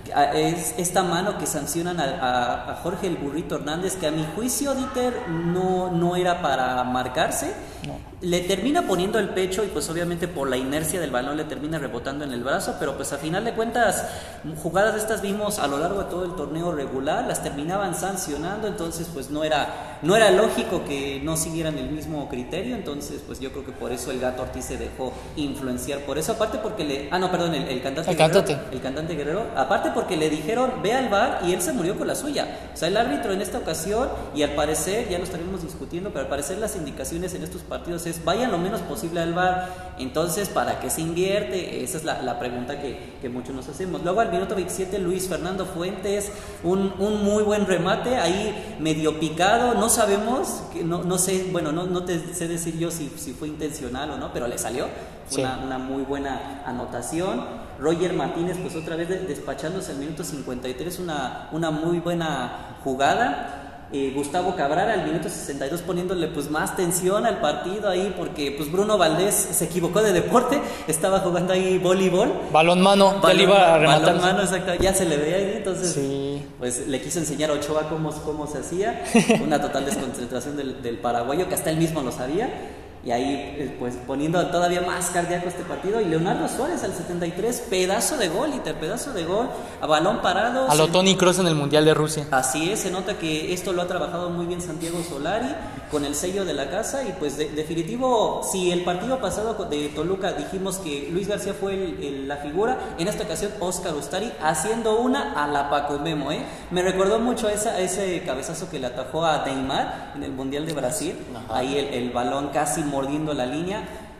es esta mano que sancionan a, a, a Jorge el Burrito Hernández, que a mi juicio, Dieter, no, no era para marcarse. No. Le termina poniendo el pecho y pues obviamente por la inercia del balón le termina rebotando en el brazo, pero pues a final de cuentas jugadas de estas vimos a lo largo de todo el torneo regular, las terminaban sancionando, entonces pues no era, no era lógico que no siguieran el mismo criterio. Entonces pues yo creo que por eso el Gato Ortiz se dejó influenciar por eso, aparte porque le, ah no perdón, el, el cantante el Guerrero, cantante. el cantante Guerrero, aparte porque le dijeron ve al V A R y él se murió con la suya. O sea, el árbitro en esta ocasión, y al parecer, ya lo estaremos discutiendo, pero al parecer las indicaciones en estos partidos es vayan lo menos posible al V A R. Entonces, ¿para qué se invierte? Esa es la, la pregunta que, que muchos nos hacemos. Luego al minuto veintisiete, Luis Fernando Fuentes, un, un muy buen remate, ahí medio picado, no sabemos, no, no sé, bueno, no, no te sé decir yo si, si fue intencional o no, pero le salió. Sí. Una, una muy buena anotación. Roger Martínez pues otra vez despachándose al minuto cincuenta y tres, una, una muy buena jugada. Eh, Gustavo Cabral al minuto sesenta y dos poniéndole pues más tensión al partido ahí, porque pues Bruno Valdés se equivocó de deporte, estaba jugando ahí voleibol, balón mano, balón, ya le iba a rematar, balón mano, exacto, ya se le veía ahí, entonces sí. Pues le quiso enseñar a Ochoa cómo, cómo se hacía, una total desconcentración del, del paraguayo, que hasta él mismo lo sabía. Y ahí, pues, poniendo todavía más cardíaco este partido. Y Leonardo Suárez al setenta y tres, pedazo de gol, Iter, pedazo de gol, a balón parado. A lo se... Toni Kroos en el Mundial de Rusia. Así es, se nota que esto lo ha trabajado muy bien Santiago Solari, con el sello de la casa. Y pues, de, definitivo, si el partido pasado de Toluca dijimos que Luis García fue el, el, la figura, en esta ocasión Óscar Ustari haciendo una a la Paco Memo, ¿eh? Me recordó mucho a, esa, a ese cabezazo que le atajó a Neymar en el Mundial de Brasil. Ajá. Ahí el, el balón casi mordiendo la línea.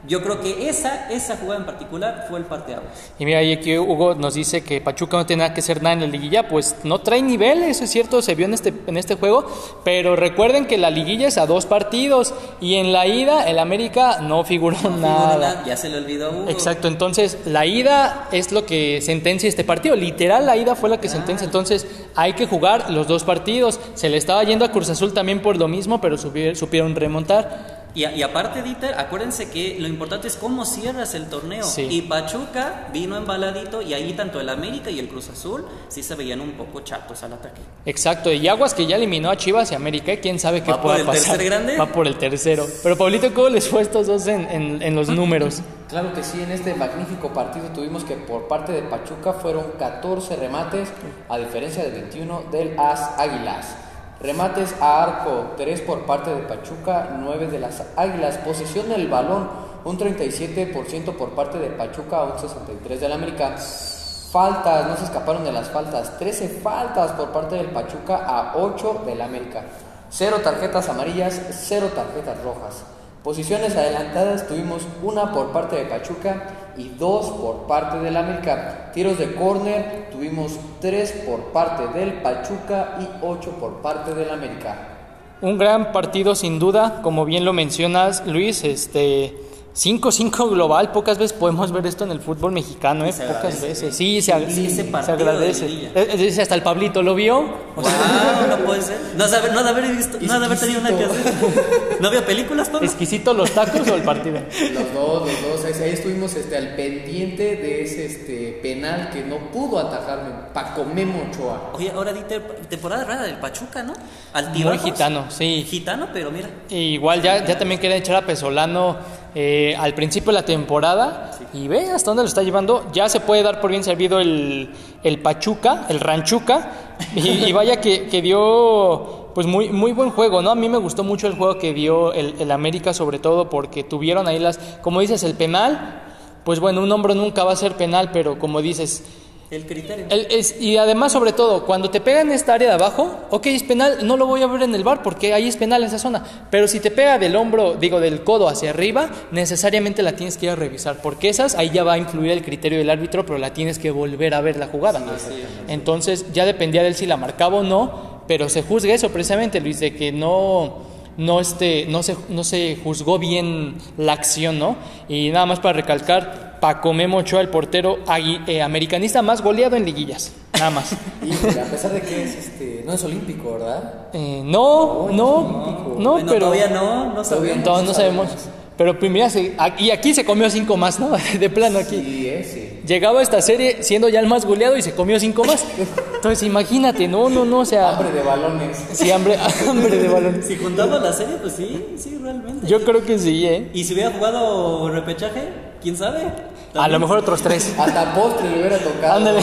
Yo creo que esa, esa jugada en particular fue el parteaguas. Y mira, y aquí Hugo nos dice que Pachuca no tiene nada que hacer nada en la liguilla, pues no trae nivel, eso es cierto, se vio en este, en este juego, pero recuerden que la liguilla es a dos partidos, y en la ida el América no figuró no nada. nada. Ya se le olvidó a Hugo. Exacto, entonces la ida es lo que sentencia este partido, literal la ida fue la que ah. sentencia, entonces hay que jugar los dos partidos. Se le estaba yendo a Cruz Azul también por lo mismo, pero supieron, supieron remontar. Y, y aparte, Dieter, acuérdense que lo importante es cómo cierras el torneo. Sí. Y Pachuca vino embaladito, y ahí tanto el América y el Cruz Azul sí se veían un poco chatos al ataque. Exacto, y Aguas que ya eliminó a Chivas y América, quién sabe qué pueda pasar. ¿Va por el tercer grande? Va por el tercero. Pero Pablito, ¿cómo les fue a estos dos en, en, en los números? Claro que sí, en este magnífico partido tuvimos que por parte de Pachuca fueron catorce remates, a diferencia de veintiuno del AS Águilas. Remates a arco, tres por parte de Pachuca, nueve de las Águilas. Posesión del balón, un treinta y siete por ciento por parte de Pachuca, un sesenta y tres por ciento del América. Faltas, no se escaparon de las faltas, trece faltas por parte del Pachuca a ocho del América. Cero tarjetas amarillas, cero tarjetas rojas. Posiciones adelantadas, tuvimos una por parte de Pachuca y dos por parte del América. Tiros de córner, tuvimos tres por parte del Pachuca y ocho por parte del América. Un gran partido sin duda, como bien lo mencionas, Luis, este cinco cinco global, pocas veces podemos ver esto en el fútbol mexicano, ¿eh? Pocas veces, sí, se, sí, se, se agradece. Es, hasta el Pablito lo vio. Wow, no puede ser. No de haber, no de haber visto, no de haber tenido nada que hacer. ¿No había películas, Pablo? ¿Exquisito los tacos o el partido? Los dos, los dos. Ahí, ahí estuvimos este, al pendiente de ese este, penal que no pudo atajarme, Paco Memo Ochoa. Oye, ahora Dieter, temporada rara del Pachuca, ¿no? Altibajos. Muy gitano, sí. Gitano, pero mira. E igual ya, ya también querían echar a Pesolano Eh, al principio de la temporada, sí. Y ve hasta dónde lo está llevando. Ya se puede dar por bien servido el, el Pachuca, el Ranchuca, y, y vaya que, que dio pues muy, muy buen juego, ¿no? A mí me gustó mucho el juego que dio el, el América, sobre todo porque tuvieron ahí las, como dices, el penal. Pues bueno, un hombro nunca va a ser penal, pero como dices, el criterio. El, es, y además, sobre todo, cuando te pega en esta área de abajo, ok, es penal, no lo voy a ver en el V A R porque ahí es penal en esa zona. Pero si te pega del hombro, digo, del codo hacia arriba, necesariamente la tienes que ir a revisar, porque esas, ahí ya va a influir el criterio del árbitro, pero la tienes que volver a ver la jugada. Sí, sí, sí. Entonces, ya dependía de él si la marcaba o no, pero se juzga eso precisamente, Luis, de que no... No, este, no, se, no se juzgó bien la acción, ¿no? Y nada más para recalcar, Paco Memo Ochoa, el portero agui, eh, americanista más goleado en liguillas, nada más. Y a pesar de que es, este, no es olímpico, ¿verdad? Eh, no, no, no, no, bueno, pero todavía no, no sabemos. No, no sabemos. Pero pues mira, se, y aquí se comió cinco más, ¿no? De plano aquí. Sí, ese. Llegaba a esta serie siendo ya el más goleado y se comió cinco más. Entonces imagínate, no, no, no, o sea... Hambre de balones. Sí, hambre, hambre de balones. Si juntamos la serie, pues sí, sí, realmente. Yo creo que sí, ¿eh? ¿Y si hubiera jugado repechaje? ¿Quién sabe? ¿También? A lo mejor otros tres. Hasta postre le hubiera tocado. Ándale.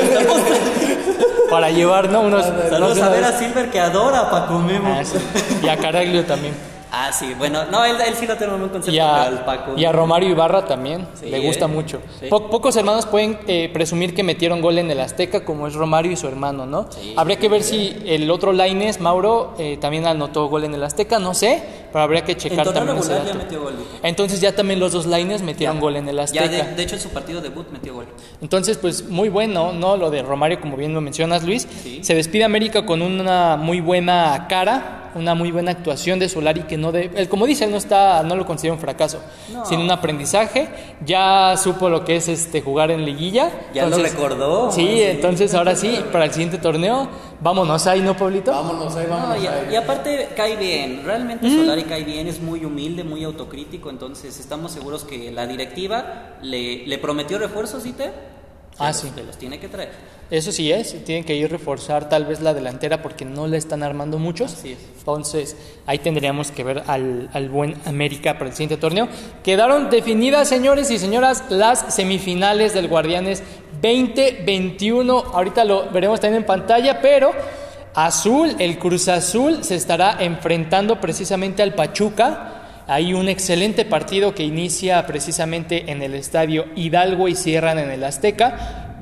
Para llevar, ¿no? Unos... Saludos a ver a Silver, que adora a Paco Memo. Ah, sí. Y a Caraglio también. Ah, sí, bueno, no, él, él sí lo tiene un concepto. Y a, al Paco. Y a Romario Ibarra también, sí, le gusta eh, mucho. Sí. Po- pocos hermanos pueden eh, presumir que metieron gol en el Azteca, como es Romario y su hermano, ¿no? Sí, habría que ver si el otro Lainez, Mauro, eh, también anotó gol en el Azteca, no sé, pero habría que checar en también ese dato. Ya metió gol. Entonces ya también los dos Lainez metieron ya, gol en el Azteca. Ya de, de hecho en su partido debut metió gol. Entonces, pues muy bueno, ¿no? Lo de Romario, como bien lo mencionas, Luis. Sí. Se despide América con una muy buena cara, una muy buena actuación de Solari, que no de, él, como dice, él no está, no lo considera un fracaso, no. Sino un aprendizaje. Ya supo lo que es este jugar en liguilla. Ya entonces, lo recordó. Sí, sí, entonces ahora sí, para el siguiente torneo, vámonos ahí, ¿no, Pablito? Vámonos ahí, vámonos no, y, ahí. Y aparte cae bien, realmente mm. Solari cae bien, es muy humilde, muy autocrítico, entonces estamos seguros que la directiva le, le prometió refuerzos, ¿sí te? Ah, los, sí. Te los tiene que traer. Eso sí es, tienen que ir a reforzar tal vez la delantera porque no le están armando muchos. Así es. Entonces, ahí tendríamos que ver al, al buen América para el siguiente torneo. Quedaron definidas, señores y señoras, las semifinales del Guardianes veinte veintiuno. Ahorita lo veremos también en pantalla, pero Azul, el Cruz Azul, se estará enfrentando precisamente al Pachuca. Hay un excelente partido que inicia precisamente en el estadio Hidalgo y cierran en el Azteca.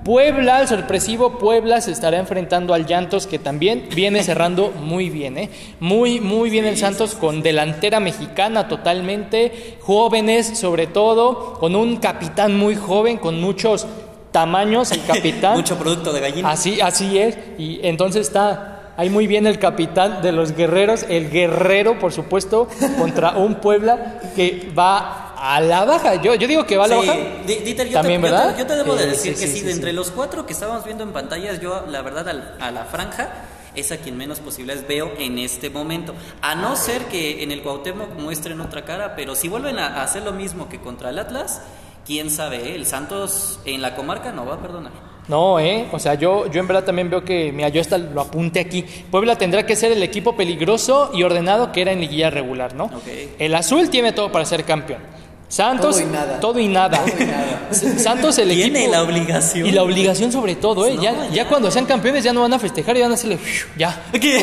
Puebla, el sorpresivo Puebla se estará enfrentando al Santos, que también viene cerrando muy bien, ¿eh? Muy, muy bien el Santos, con delantera mexicana totalmente, jóvenes sobre todo, con un capitán muy joven, con muchos tamaños, el capitán. Mucho producto de gallina. Así, así es, y entonces está ahí muy bien el capitán de los guerreros, el guerrero, por supuesto, contra un Puebla que va a la baja. Yo, yo digo que va a la sí, baja. Dieter, yo, También, te, yo, ¿verdad? te, yo te debo de Eh, decir sí, que sí, sí, sí, de sí. entre los cuatro que estábamos viendo en pantallas, yo la verdad al, a la franja es a quien menos posibilidades veo en este momento. A no ser que en el Cuauhtémoc muestren otra cara, pero si vuelven a, a hacer lo mismo que contra el Atlas, quién sabe, ¿eh? El Santos en la comarca no va a perdonar. No, eh, o sea, yo, yo en verdad también veo que, mira, yo hasta lo apunté aquí. Puebla tendrá que ser el equipo peligroso y ordenado que era en liguilla regular, ¿no? Okay. El azul tiene todo para ser campeón. Santos, Todo y nada. todo y nada. Todo y nada. S- Santos el Tiene equipo la obligación. y la obligación sobre todo, eh. No, ya, ya. ya cuando sean campeones ya no van a festejar y van a hacerle ya. ¿Qué?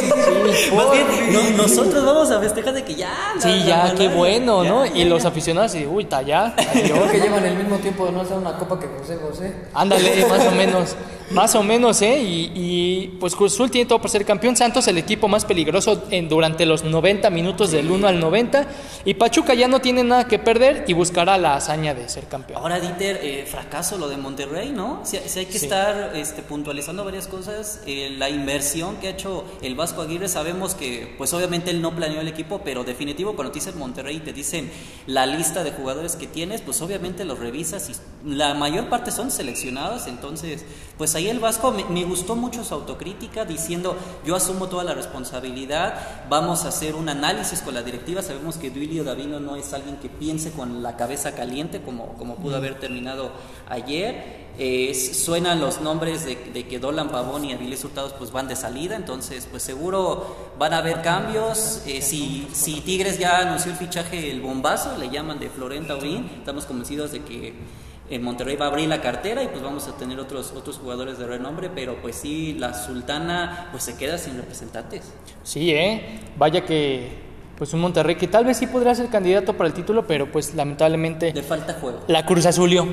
Sí, Más bien, no- nosotros vamos a festejar de que ya. la- sí, la- ya, la- qué bueno, ya, ¿no? ya, Y los ya. aficionados, y, uy, está ya. Creo que llevan el mismo tiempo de no hacer una copa que José José. Ándale, más o menos, más o menos, ¿eh? Y, y pues Cruz Azul tiene todo para ser campeón. Santos, el equipo más peligroso en, durante los noventa minutos del uno al noventa. Y Pachuca ya no tiene nada que perder y buscará la hazaña de ser campeón. Ahora, Dieter, eh, fracaso lo de Monterrey, ¿no? Si, si hay que Sí. estar este, puntualizando varias cosas. Eh, la inversión que ha hecho el Vasco Aguirre, sabemos que, pues obviamente él no planeó el equipo, pero definitivo, cuando te dicen Monterrey y te dicen la lista de jugadores que tienes, pues obviamente los revisas y la mayor parte son seleccionados. Entonces, pues ahí el Vasco, me, me gustó mucho su autocrítica diciendo, yo asumo toda la responsabilidad, vamos a hacer un análisis con la directiva. Sabemos que Duilio Davino no es alguien que piense con la cabeza caliente como, como pudo haber terminado ayer. Eh, suenan los nombres de, de que Dolan Pavón y Avilés Hurtado pues van de salida, entonces pues seguro van a haber cambios. Eh, si, si Tigres ya anunció el fichaje, el bombazo, le llaman, de Florent Taurín, estamos convencidos de que en Monterrey va a abrir la cartera y pues vamos a tener otros otros jugadores de renombre, pero pues sí, la Sultana pues se queda sin representantes. Sí, ¿eh? Vaya que, pues un Monterrey que tal vez sí podría ser candidato para el título, pero pues lamentablemente Le falta juego. la Cruz Azulió.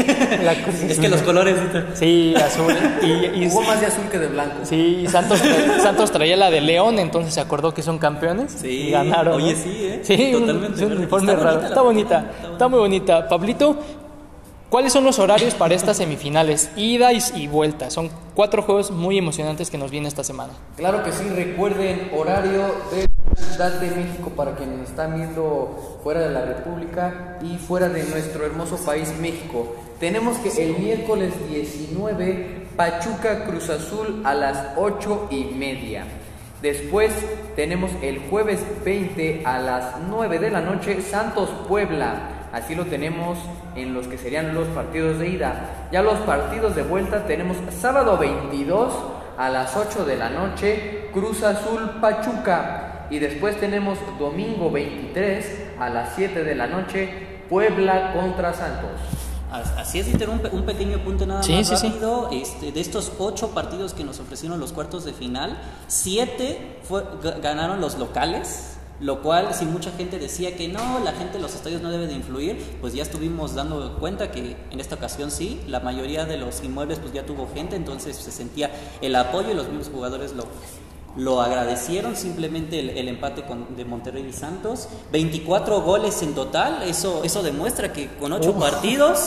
La Cruz Es que los colores... Sí, azul. Y, y, Jugó más de azul que de blanco. sí, Santos, Santos traía la de León, entonces se acordó que son campeones Sí, y ganaron. oye, ¿no? sí, ¿eh? Sí, Totalmente. un, es un Está uniforme bonita raro. la Está foto, bonita, está bonita. está muy bonita. Pablito, ¿cuáles son los horarios para estas semifinales? Ida y, y vuelta. Son cuatro juegos muy emocionantes que nos viene esta semana. Claro que sí, recuerden, horario de Ciudad de México para quienes nos están viendo fuera de la República y fuera de nuestro hermoso país México. Tenemos que el miércoles diecinueve, Pachuca Cruz Azul a las ocho y media. Después tenemos el jueves veinte a las nueve de la noche, Santos Puebla. Así lo tenemos en los que serían los partidos de ida. Ya los partidos de vuelta tenemos sábado veintidós a las ocho de la noche, Cruz Azul Pachuca. Y después tenemos domingo veintitrés a las siete de la noche, Puebla contra Santos. Así es, Dieter, un, pe- un pequeño apunte nada Sí, más sí, sí. rápido. Este, de estos ocho partidos que nos ofrecieron los cuartos de final, siete fue, g- ganaron los locales, lo cual, si mucha gente decía que no, la gente en los estadios no debe de influir, pues ya estuvimos dando cuenta que en esta ocasión sí, la mayoría de los inmuebles pues ya tuvo gente, entonces se sentía el apoyo y los mismos jugadores lo, lo agradecieron. Simplemente el, el empate con, de Monterrey y Santos, veinticuatro goles en total, eso, eso demuestra que con ocho Uf. partidos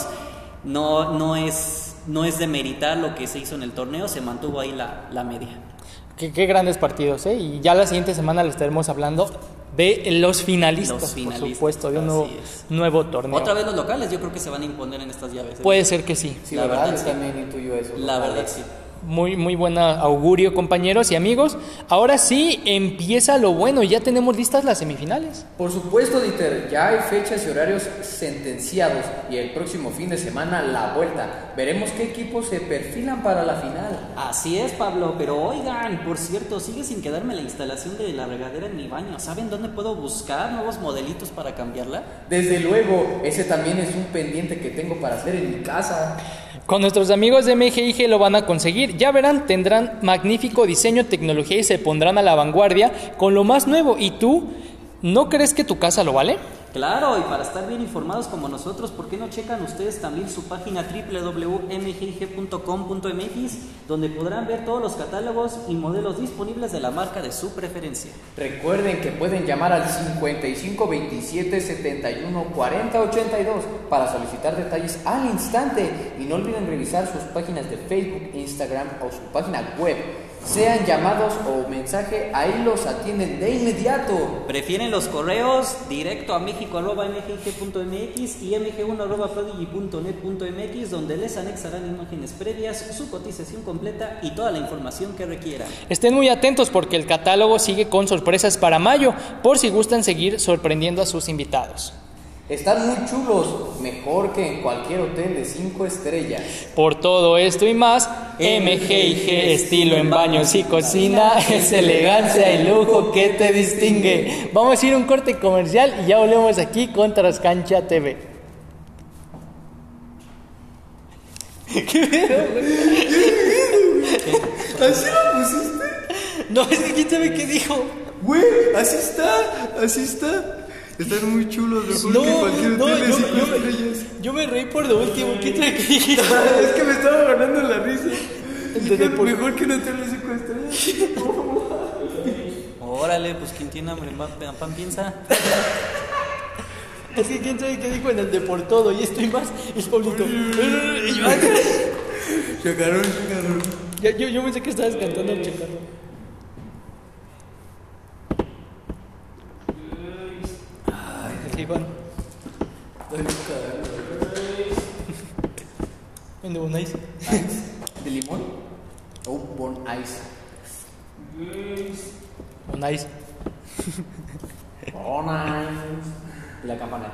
no, no, es, no es demeritar lo que se hizo en el torneo, se mantuvo ahí la, la media. Qué, qué grandes partidos, ¿eh? Y ya la siguiente semana les estaremos hablando de los finalistas, Los finalistas, por supuesto, de un así nuevo, es. nuevo torneo. Otra vez los locales, yo creo que se van a imponer en estas llaves, ¿eh? Puede ser que sí. Sí, La la verdad, verdad, yo sí. también intuyo eso. La verdad, sí. Muy, muy buen augurio, compañeros y amigos. Ahora sí empieza lo bueno, ya tenemos listas las semifinales. Por supuesto, Dieter, ya hay fechas y horarios sentenciados y el próximo fin de semana la vuelta. Veremos qué equipos se perfilan para la final. Así es, Pablo, pero oigan, por cierto, sigue sin quedarme la instalación de la regadera en mi baño. ¿Saben dónde puedo buscar nuevos modelitos para cambiarla? Desde luego, ese también es un pendiente que tengo para hacer en mi casa. Con nuestros amigos de M G I G lo van a conseguir. Ya verán, tendrán magnífico diseño, tecnología y se pondrán a la vanguardia con lo más nuevo. ¿Y tú no crees que tu casa lo vale? Claro, y para estar bien informados como nosotros, ¿por qué no checan ustedes también su página doble u doble u doble u punto m g i g punto com punto m x, donde podrán ver todos los catálogos y modelos disponibles de la marca de su preferencia? Recuerden que pueden llamar al cincuenta y cinco veintisiete setenta y uno cuarenta ochenta y dos para solicitar detalles al instante, y no olviden revisar sus páginas de Facebook, Instagram o su página web. Sean llamados o mensaje, ahí los atienden de inmediato. ¿Prefieren los correos? Directo a mexico arroba m g i g punto m x y m g uno arroba prodigy punto net punto m x, donde les anexarán imágenes previas, su cotización completa y toda la información que requieran. Estén muy atentos porque el catálogo sigue con sorpresas para mayo, por si gustan seguir sorprendiendo a sus invitados. Están muy chulos, mejor que en cualquier hotel de cinco estrellas. Por todo esto y más, M G y G estilo en baños y cocina es elegancia y lujo que te distingue. Vamos a ir a un corte comercial y ya volvemos aquí con Trascancha T V. ¿Qué pedo, güey? ¿Así lo pusiste? No, es que quién sabe qué dijo. Güey, así está, así está. Están muy chulos, mejor No, que cualquier no, hotel de yo, cinco yo, estrellas. yo me reí por lo último. ¿Quién sabe qué dijiste? Es que me estaba ganando la risa. Desde por- Mejor que un hotel de cinco estrellas. Órale, pues quien tiene hambre, pan, pan piensa. Es que quién sabe qué dijo en el de por todo. Y estoy más. Es Pablito. Y yo, Chacarrón, chacarrón. ya, yo, yo pensé que estabas cantando el chacarrón. Sí, Juan. ¿En de Bon Ice? ¿De limón? Oh, Bon Ice. Bon Ice. Bon Ice. Y la campana.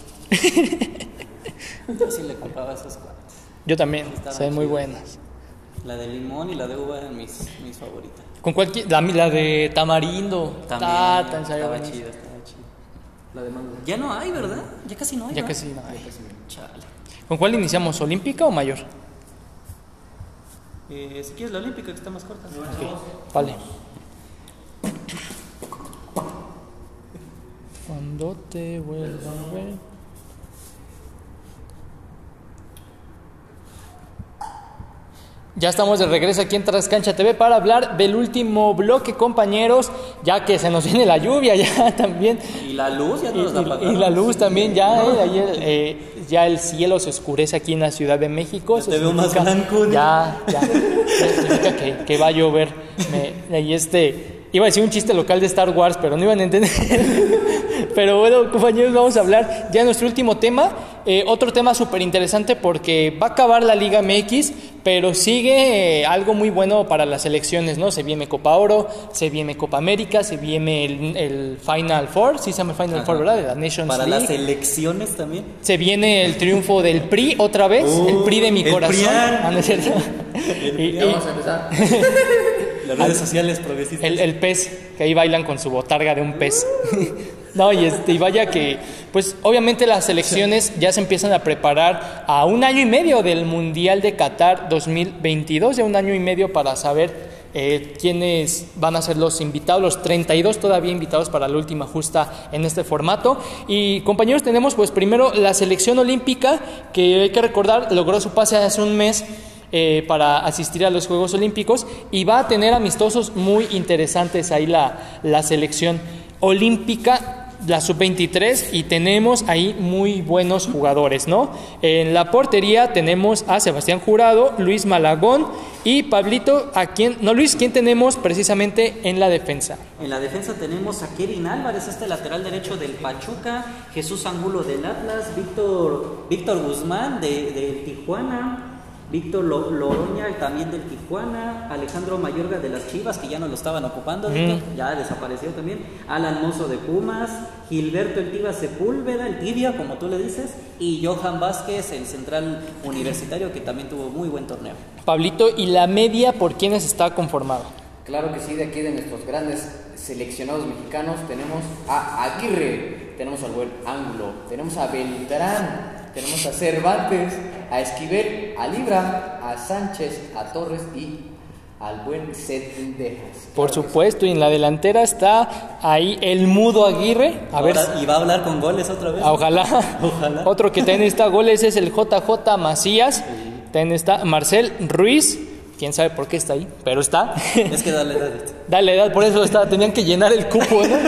Yo sí le compraba esas cuatro. Yo también. Estaban Se ven muy chidas. buenas. La de limón y la de uva eran mis, mis favoritas. Con cualquier. La, la de tamarindo. También Ta, ta, ensayo estaba buenísimo. chida, estaba chida. La de mango. Ya no hay, ¿verdad? Ya casi no hay. Ya ¿verdad? casi no hay. Chale. ¿Con cuál iniciamos? ¿Olímpica o mayor? Eh, si quieres la olímpica, que está más corta. Vale. Cuando te vuelva a ver. Ya estamos de regreso aquí en Trascancha T V para hablar del último bloque, compañeros, ya que se nos viene la lluvia ya también. Y la luz ya Y, nos la y- apagaron. y la luz también ya, eh, ayer, eh, ya el cielo se oscurece aquí en la Ciudad de México. Ya Eso te veo más significa- blanco, ¿no? Ya, ya. Eso significa que, que va a llover. Me, y este, iba a decir un chiste local de Star Wars, pero no iban a entender. Pero bueno, compañeros, vamos a hablar ya de nuestro último tema. Eh, otro tema súper interesante porque va a acabar la Liga M X, pero sigue eh, algo muy bueno para las selecciones, ¿no? Se viene Copa Oro, se viene Copa América, se viene el, el Final Four, sí se llama Final Ajá. Four, ¿verdad? De la Nations Para League. las elecciones también. Se viene el triunfo del P R I otra vez, Oh, el P R I de mi el corazón. PRIAN. Ah, ¿no es cierto? Y- Ya y- vamos a empezar. Las redes sociales progresistas. el, el pez, que ahí bailan con su botarga de un pez. No, y, este, y vaya que, pues obviamente las selecciones ya se empiezan a preparar a un año y medio del Mundial de Qatar dos mil veintidós, ya un año y medio para saber eh, quiénes van a ser los invitados, los treinta y dos todavía invitados para la última justa en este formato. Y compañeros, tenemos pues primero la selección olímpica, que hay que recordar, logró su pase hace un mes. Eh, para asistir a los Juegos Olímpicos y va a tener amistosos muy interesantes ahí la, la selección olímpica, la sub veintitrés, y tenemos ahí muy buenos jugadores, ¿no? En la portería tenemos a Sebastián Jurado, Luis Malagón y Pablito, a quien, no Luis, ¿quién tenemos precisamente en la defensa? En la defensa tenemos a Kevin Álvarez, este lateral derecho del Pachuca, Jesús Angulo del Atlas, Víctor, Víctor Guzmán de, de Tijuana, Víctor Lo- Loroña también del Tijuana, Alejandro Mayorga de las Chivas, que ya no lo estaban ocupando, Víctor, ya desapareció también, Alan Mozo de Pumas, Gilberto El Tiva Sepúlveda, el Tibia, como tú le dices, y Johan Vázquez, el central universitario, que también tuvo muy buen torneo. Pablito, ¿y la media por quiénes está conformado? Claro que sí, de aquí de nuestros grandes seleccionados mexicanos tenemos a Aguirre, tenemos al buen Ángulo, tenemos a Beltrán, tenemos a Cervantes, a Esquivel, a Libra, a Sánchez, a Torres y al buen Cendejas. Por Claro supuesto, y en la delantera está ahí el mudo Aguirre. A ver, Ahora, y va a hablar con goles otra vez. ojalá. Ojalá. Otro que también está goles es el J J Macías. También está Marcel Ruiz. Quién sabe por qué está ahí, pero está. Es que dale, dale. Dale edad, por eso está. Tenían que llenar el cupo, ¿no?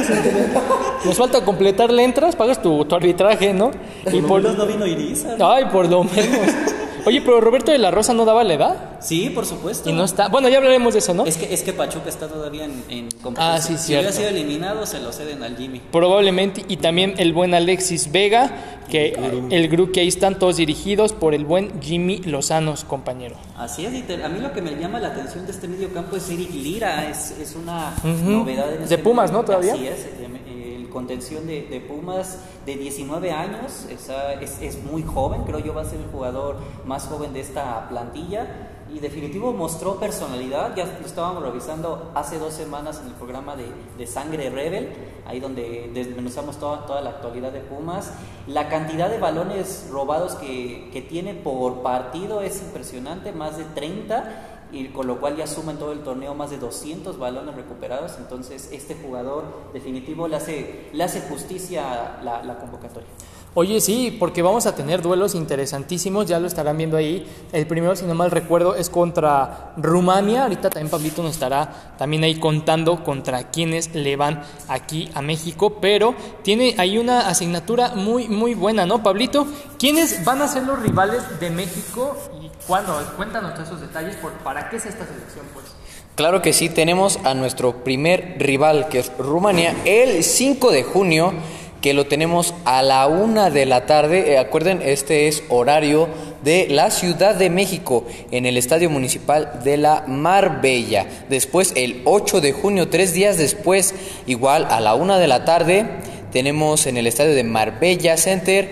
Nos falta completar, le entras, pagas tu, tu arbitraje, ¿no? Por Y lo por menos no vino Irizar, ¿no? Ay, por lo menos. Oye, pero Roberto de la Rosa no daba la edad. Sí, por supuesto. Y no está. Bueno, ya hablaremos de eso, ¿no? Es que, es que Pachuca está todavía en, en competencia. Ah, sí, Si hubiera cierto. sido eliminado, se lo ceden al Jimmy. Probablemente. Y también el buen Alexis Vega, que el grupo que ahí están todos dirigidos por el buen Jimmy Lozano, compañero. Así es, y te- a mí lo que me llama la atención de este medio campo es Eric Lira, es, es una Ujú. novedad en De este Pumas, medio- ¿no? Todavía. Así es, eh, el contención de, de Pumas de diecinueve años, esa- es, es muy joven, creo yo va a ser el jugador más joven de esta plantilla y definitivo mostró personalidad, ya lo estábamos revisando hace dos semanas en el programa de, de Sangre Rebel, ahí donde desmenuzamos toda, toda la actualidad de Pumas, la cantidad de balones robados que, que tiene por partido es impresionante, más de treinta, y con lo cual ya suma en todo el torneo más de doscientos balones recuperados, entonces este jugador definitivo le hace, le hace justicia a la, la convocatoria. Oye, sí, porque vamos a tener duelos interesantísimos, ya lo estarán viendo ahí. El primero, si no mal recuerdo, es contra Rumania. Ahorita también Pablito nos estará también ahí contando contra quienes le van aquí a México, pero tiene ahí una asignatura muy, muy buena, ¿no, Pablito? ¿Quiénes van a ser los rivales de México y cuándo? Cuéntanos esos detalles, por, ¿para qué es esta selección, pues? Claro que sí, tenemos a nuestro primer rival, que es Rumania, el cinco de junio, que lo tenemos a la una de la tarde. Eh, acuerden, este es horario de la Ciudad de México, en el Estadio Municipal de la Marbella. Después, el ocho de junio, tres días después, igual a la una de la tarde, tenemos en el Estadio de Marbella Center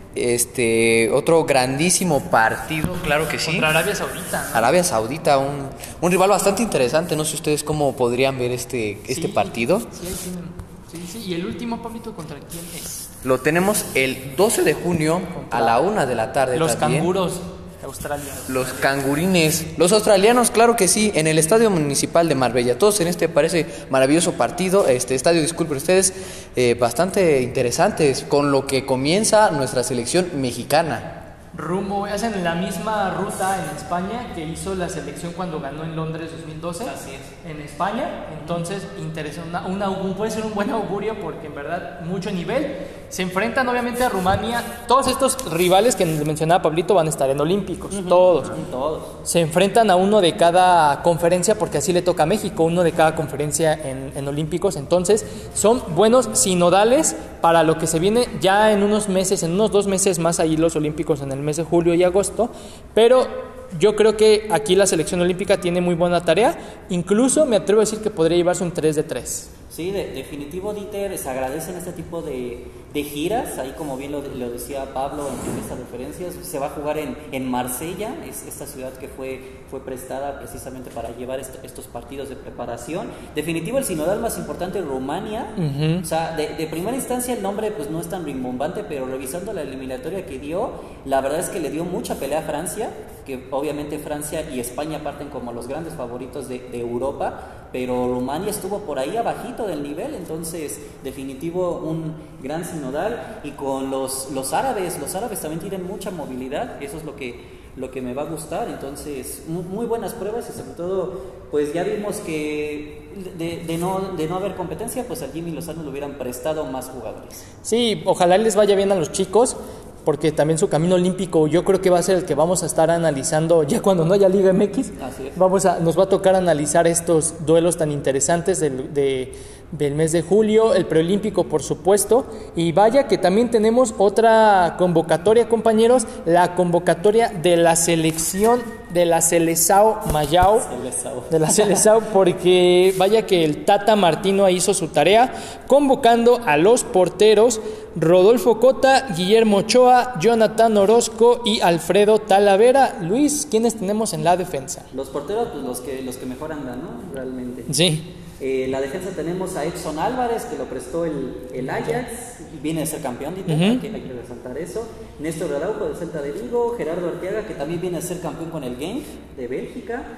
este otro grandísimo partido, claro que sí. Contra Arabia Saudita, ¿no? Arabia Saudita, un, un rival bastante interesante. No sé ustedes cómo podrían ver este, este Sí, partido. Sí, ahí tienen. Sí, sí, y el último, Pablito, ¿contra quién es? Lo tenemos el doce de junio a la una de la tarde. Los también. canguros australianos. Los cangurines, los australianos, claro que sí, en el Estadio Municipal de Marbella. Todos en este parece maravilloso partido, este estadio, disculpen ustedes, eh, bastante interesantes, con lo que comienza nuestra selección mexicana. Rumbo, hacen la misma ruta en España que hizo la selección cuando ganó en Londres dos mil doce. Así es. En España, entonces interesa una, una, un- puede ser un buen augurio porque en verdad mucho nivel. Se enfrentan obviamente a Rumania. Todos estos rivales que mencionaba Pablito van a estar en Olímpicos, todos. Todos. Se enfrentan a uno de cada conferencia porque así le toca a México, uno de cada conferencia en, en Olímpicos. Entonces son buenos sinodales para lo que se viene ya en unos meses, en unos dos meses más ahí los Olímpicos en el mes de julio y agosto. Pero yo creo que aquí la selección olímpica tiene muy buena tarea. Incluso me atrevo a decir que podría llevarse un tres de tres. Sí, de, definitivo, Dieter, se agradecen este tipo de, de giras, ahí como bien lo, lo decía Pablo en estas referencias, se va a jugar en, en Marsella, es esta ciudad que fue, fue prestada precisamente para llevar est- estos partidos de preparación. Definitivo, el sinodal más importante, Rumania, Uh-huh. o sea, de, de primera instancia el nombre pues no es tan rimbombante, pero revisando la eliminatoria que dio, la verdad es que le dio mucha pelea a Francia, que obviamente Francia y España parten como los grandes favoritos de, de Europa, pero Rumania estuvo por ahí abajito del nivel, entonces definitivo un gran sinodal, y con los, los árabes, los árabes también tienen mucha movilidad, eso es lo que, lo que me va a gustar, entonces muy, muy buenas pruebas y sobre todo pues ya vimos que de, de, no, de no haber competencia pues al Jimmy Lozano le hubieran prestado más jugadores. Sí, ojalá les vaya bien a los chicos, porque también su camino olímpico yo creo que va a ser el que vamos a estar analizando ya cuando no haya Liga M X. Así es. Vamos a, nos va a tocar analizar estos duelos tan interesantes del, de, del mes de julio, el preolímpico por supuesto, y vaya que también tenemos otra convocatoria, compañeros, la convocatoria de la selección de la Seleção Mayao, Seleção. de la Seleção, porque vaya que el Tata Martino hizo su tarea convocando a los porteros Rodolfo Cota, Guillermo Ochoa, Jonathan Orozco y Alfredo Talavera. Luis, ¿quiénes tenemos en la defensa? Los porteros pues los que, los que mejor andan, ¿no? Realmente. Sí. Eh, la defensa tenemos a Edson Álvarez, que lo prestó el, el Ajax, y viene a ser campeón, Dieter, Uh-huh. hay, que, hay que resaltar eso. Néstor Araujo del Celta de Vigo, Gerardo Arteaga, que también viene a ser campeón con el Genk de Bélgica,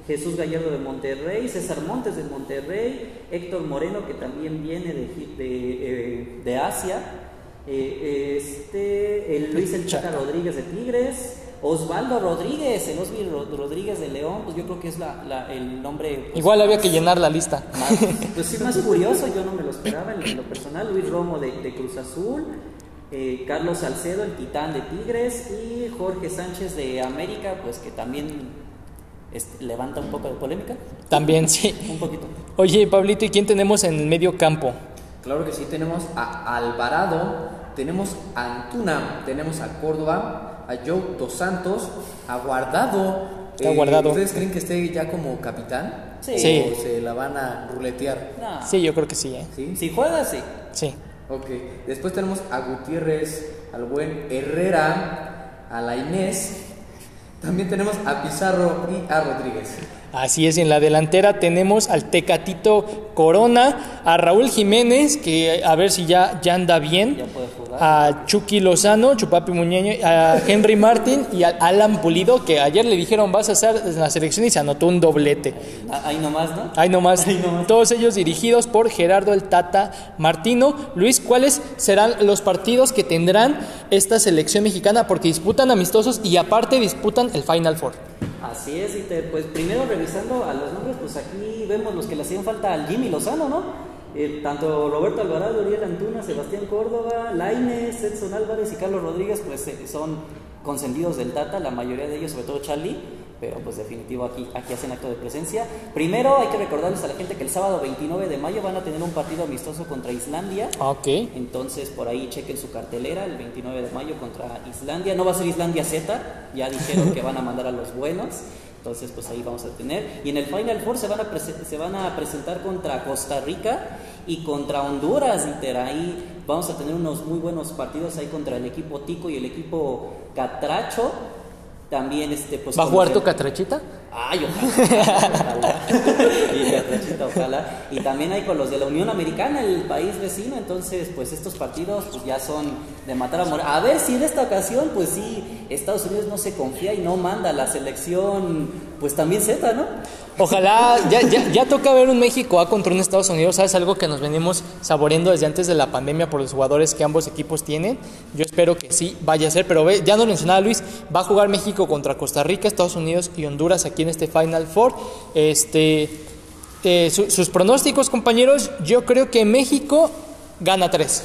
Jesús Gallardo de Monterrey, César Montes de Monterrey, Héctor Moreno, que también viene de, de, eh, de Asia, eh, este, el Luis El Chaca Rodríguez de Tigres, Osvaldo Rodríguez, el Osvi Rodríguez de León, pues yo creo que es la, la, el nombre... Pues, igual había que llenar la lista. Más, pues sí, más curioso, yo no me lo esperaba en, en lo personal. Luis Romo de, de Cruz Azul, eh, Carlos Salcedo, el Titán de Tigres, y Jorge Sánchez de América, pues que también... Este, levanta un poco de polémica. También, sí. Un poquito. Oye, Pablito, ¿y quién tenemos en el medio campo? Claro que sí, tenemos a Alvarado, tenemos a Antuna, tenemos a Córdoba, a Joe Dos Santos, a Guardado. Está eh, Guardado. ¿Ustedes creen que esté ya como capitán? Sí. Sí. ¿O se la van a ruletear? No. Sí, yo creo que sí, ¿eh? ¿Sí? Si juega, sí. Sí. Ok. Después tenemos a Gutiérrez, al buen Herrera, a la Inés. También tenemos a Pizarro y a Rodríguez. Así es, en la delantera tenemos al Tecatito Corona, a Raúl Jiménez, que a ver si ya, ya anda bien, Ya puede jugar. a Chucky Lozano, Chupapi Muñeño, a Henry Martin y a Alan Pulido, que ayer le dijeron vas a hacer en la selección y se anotó un doblete. Ah, ahí nomás, ¿no? Ahí nomás, Ahí nomás. todos ellos dirigidos por Gerardo el Tata Martino. Luis, ¿cuáles serán los partidos que tendrán esta selección mexicana? Porque disputan amistosos y aparte disputan el Final Four. Así es, y te, pues primero revisando a los nombres, pues aquí vemos los que le hacían falta al Jimmy Lozano, ¿no? Eh, tanto Roberto Alvarado, Uriel Antuna, Sebastián Córdoba, Lainez, Edson Álvarez y Carlos Rodríguez, pues eh, son consentidos del Tata, la mayoría de ellos, sobre todo Charlie, pero pues definitivo aquí, aquí hacen acto de presencia. Primero hay que recordarles a la gente que el sábado veintinueve de mayo van a tener un partido amistoso contra Islandia. Ok. Entonces por ahí chequen su cartelera, el veintinueve de mayo contra Islandia. No va a ser Islandia Z, ya dijeron que van a mandar a los buenos. Entonces pues ahí vamos a tener. Y en el Final Four se van a, se van a presentar contra Costa Rica y contra Honduras, Inter. Ahí vamos a tener unos muy buenos partidos ahí contra el equipo Tico y el equipo Catracho. También este pues ¿Va a jugar conocer... tu Catrachita? Ay, ojalá, ojalá. Y Catrachita, ojalá. Y también hay con los de la Unión Americana, el país vecino. Entonces, pues estos partidos pues, ya son de matar a morir. A ver si en esta ocasión, pues sí, Estados Unidos no se confía y no manda a la selección, pues también Z, ¿no? Ojalá, ya, ya, ya toca ver un México A contra un Estados Unidos, ¿sabes? Algo que nos venimos saboreando desde antes de la pandemia por los jugadores que ambos equipos tienen. Yo espero que sí vaya a ser, pero ve, ya nos mencionaba Luis, va a jugar México contra Costa Rica, Estados Unidos y Honduras aquí en este Final Four. Este, eh, su, sus pronósticos, compañeros, yo creo que México gana tres.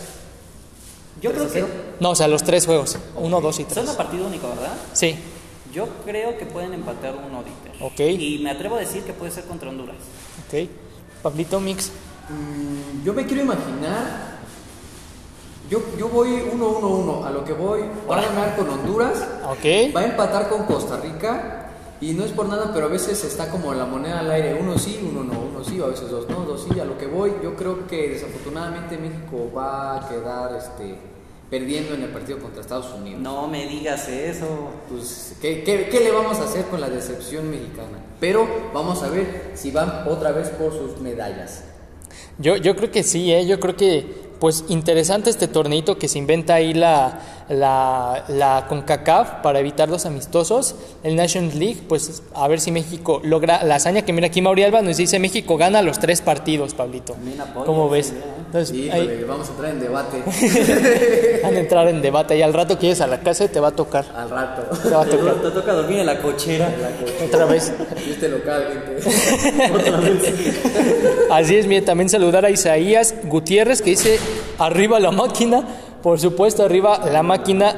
Yo creo que No, o sea, los tres juegos, uno, dos y tres. son a partido único, ¿verdad? Sí, Yo creo que pueden empatar uno, Dieter. Ok. Y me atrevo a decir que puede ser contra Honduras. ok. Pablito Mix. Mm, yo me quiero imaginar. Yo, yo voy uno uno uno. A lo que voy, va a ganar con Honduras. Ok. Va a empatar con Costa Rica. Y no es por nada, pero a veces está como la moneda al aire. Uno sí, uno no. Uno sí, a veces dos no, dos sí. A lo que voy, yo creo que desafortunadamente México va a quedar este, perdiendo en el partido contra Estados Unidos. No me digas eso. Pues, ¿qué, qué, ¿qué le vamos a hacer con la decepción mexicana? Pero vamos a ver si van otra vez por sus medallas. Yo, yo creo que sí, ¿eh? Yo creo que pues interesante este torneito que se inventa ahí la, la, la CONCACAF para evitar los amistosos. El Nations League, pues a ver si México logra la hazaña que mira aquí Mauri Alba nos dice México gana los tres partidos, Pablito. También apoyo ¿Cómo ves? esa idea, ¿eh? Entonces, Híjole, ahí vamos a entrar en debate van a entrar en debate y al rato quieres a la casa y te va a tocar. al rato. Te va a Te, tocar te toca dormir en la cochera. otra vez. Y este local, gente. Otra vez. Así es, mire, también saludar a Isaías Gutiérrez que dice arriba la máquina, por supuesto arriba la máquina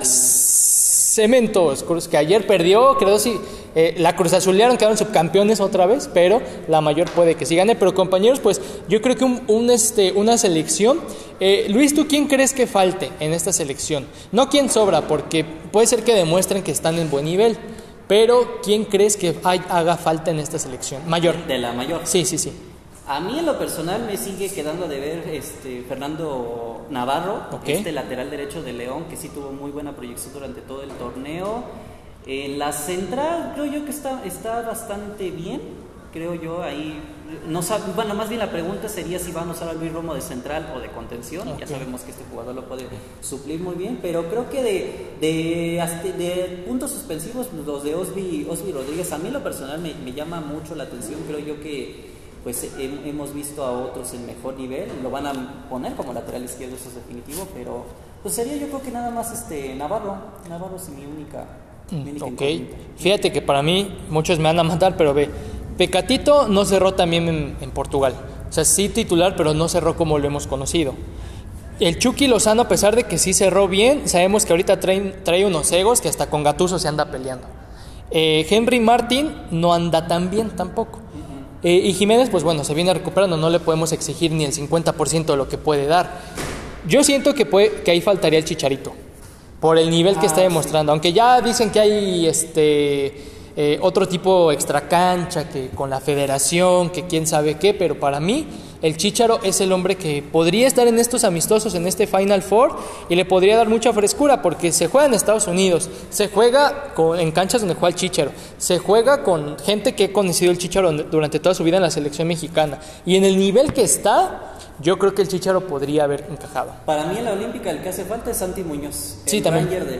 Cementos, Cruz que ayer perdió, creo si eh, la Cruz Azulearon, quedaron subcampeones otra vez, pero la mayor puede que sí gane. Pero compañeros, pues yo creo que un, un, este, una selección, eh, Luis, ¿tú quién crees que falte en esta selección? No quién sobra, porque puede ser que demuestren que están en buen nivel, pero ¿quién crees que hay, haga falta en esta selección? Mayor. De la mayor. Sí, sí, sí. A mí en lo personal me sigue quedando de ver este Fernando Navarro, Ok. este lateral derecho de León, que sí tuvo muy buena proyección durante todo el torneo. En la central creo yo que está, está bastante bien, creo yo ahí. No sab- bueno, más bien la pregunta sería si van a usar a Luis Romo de central o de contención. Ok. Ya sabemos que este jugador lo puede suplir muy bien, pero creo que de, De, de puntos suspensivos, los de Osby, Osby Rodríguez, a mí en lo personal me, me llama mucho la atención. Creo yo que pues he, hemos visto a otros en mejor nivel, lo van a poner como lateral izquierdo, eso es definitivo, pero pues sería yo creo que nada más este Navarro, Navarro es mi única, mi única Ok, incógnita. fíjate que para mí muchos me van a matar, pero ve, Pecatito no cerró también en, en Portugal, o sea, sí titular, pero no cerró como lo hemos conocido. El Chucky Lozano, a pesar de que sí cerró bien, sabemos que ahorita trae, trae unos egos que hasta con Gattuso se anda peleando. Eh, Henry Martin no anda tan bien tampoco. Eh, y Jiménez, pues bueno, se viene recuperando, no le podemos exigir ni el cincuenta por ciento de lo que puede dar. Yo siento que, puede, que ahí faltaría el Chicharito, por el nivel que Ah, está demostrando. Sí. Aunque ya dicen que hay este eh, otro tipo extracancha, que con la federación, que quién sabe qué, pero para mí el Chícharo es el hombre que podría estar en estos amistosos, en este Final Four, y le podría dar mucha frescura, porque se juega en Estados Unidos, se juega con, en canchas donde juega el Chícharo, se juega con gente que ha conocido el Chícharo durante toda su vida en la selección mexicana, y en el nivel que está, yo creo que el Chícharo podría haber encajado. Para mí en la Olímpica el que hace falta es Santi Muñoz, Sí, el también. Ranger de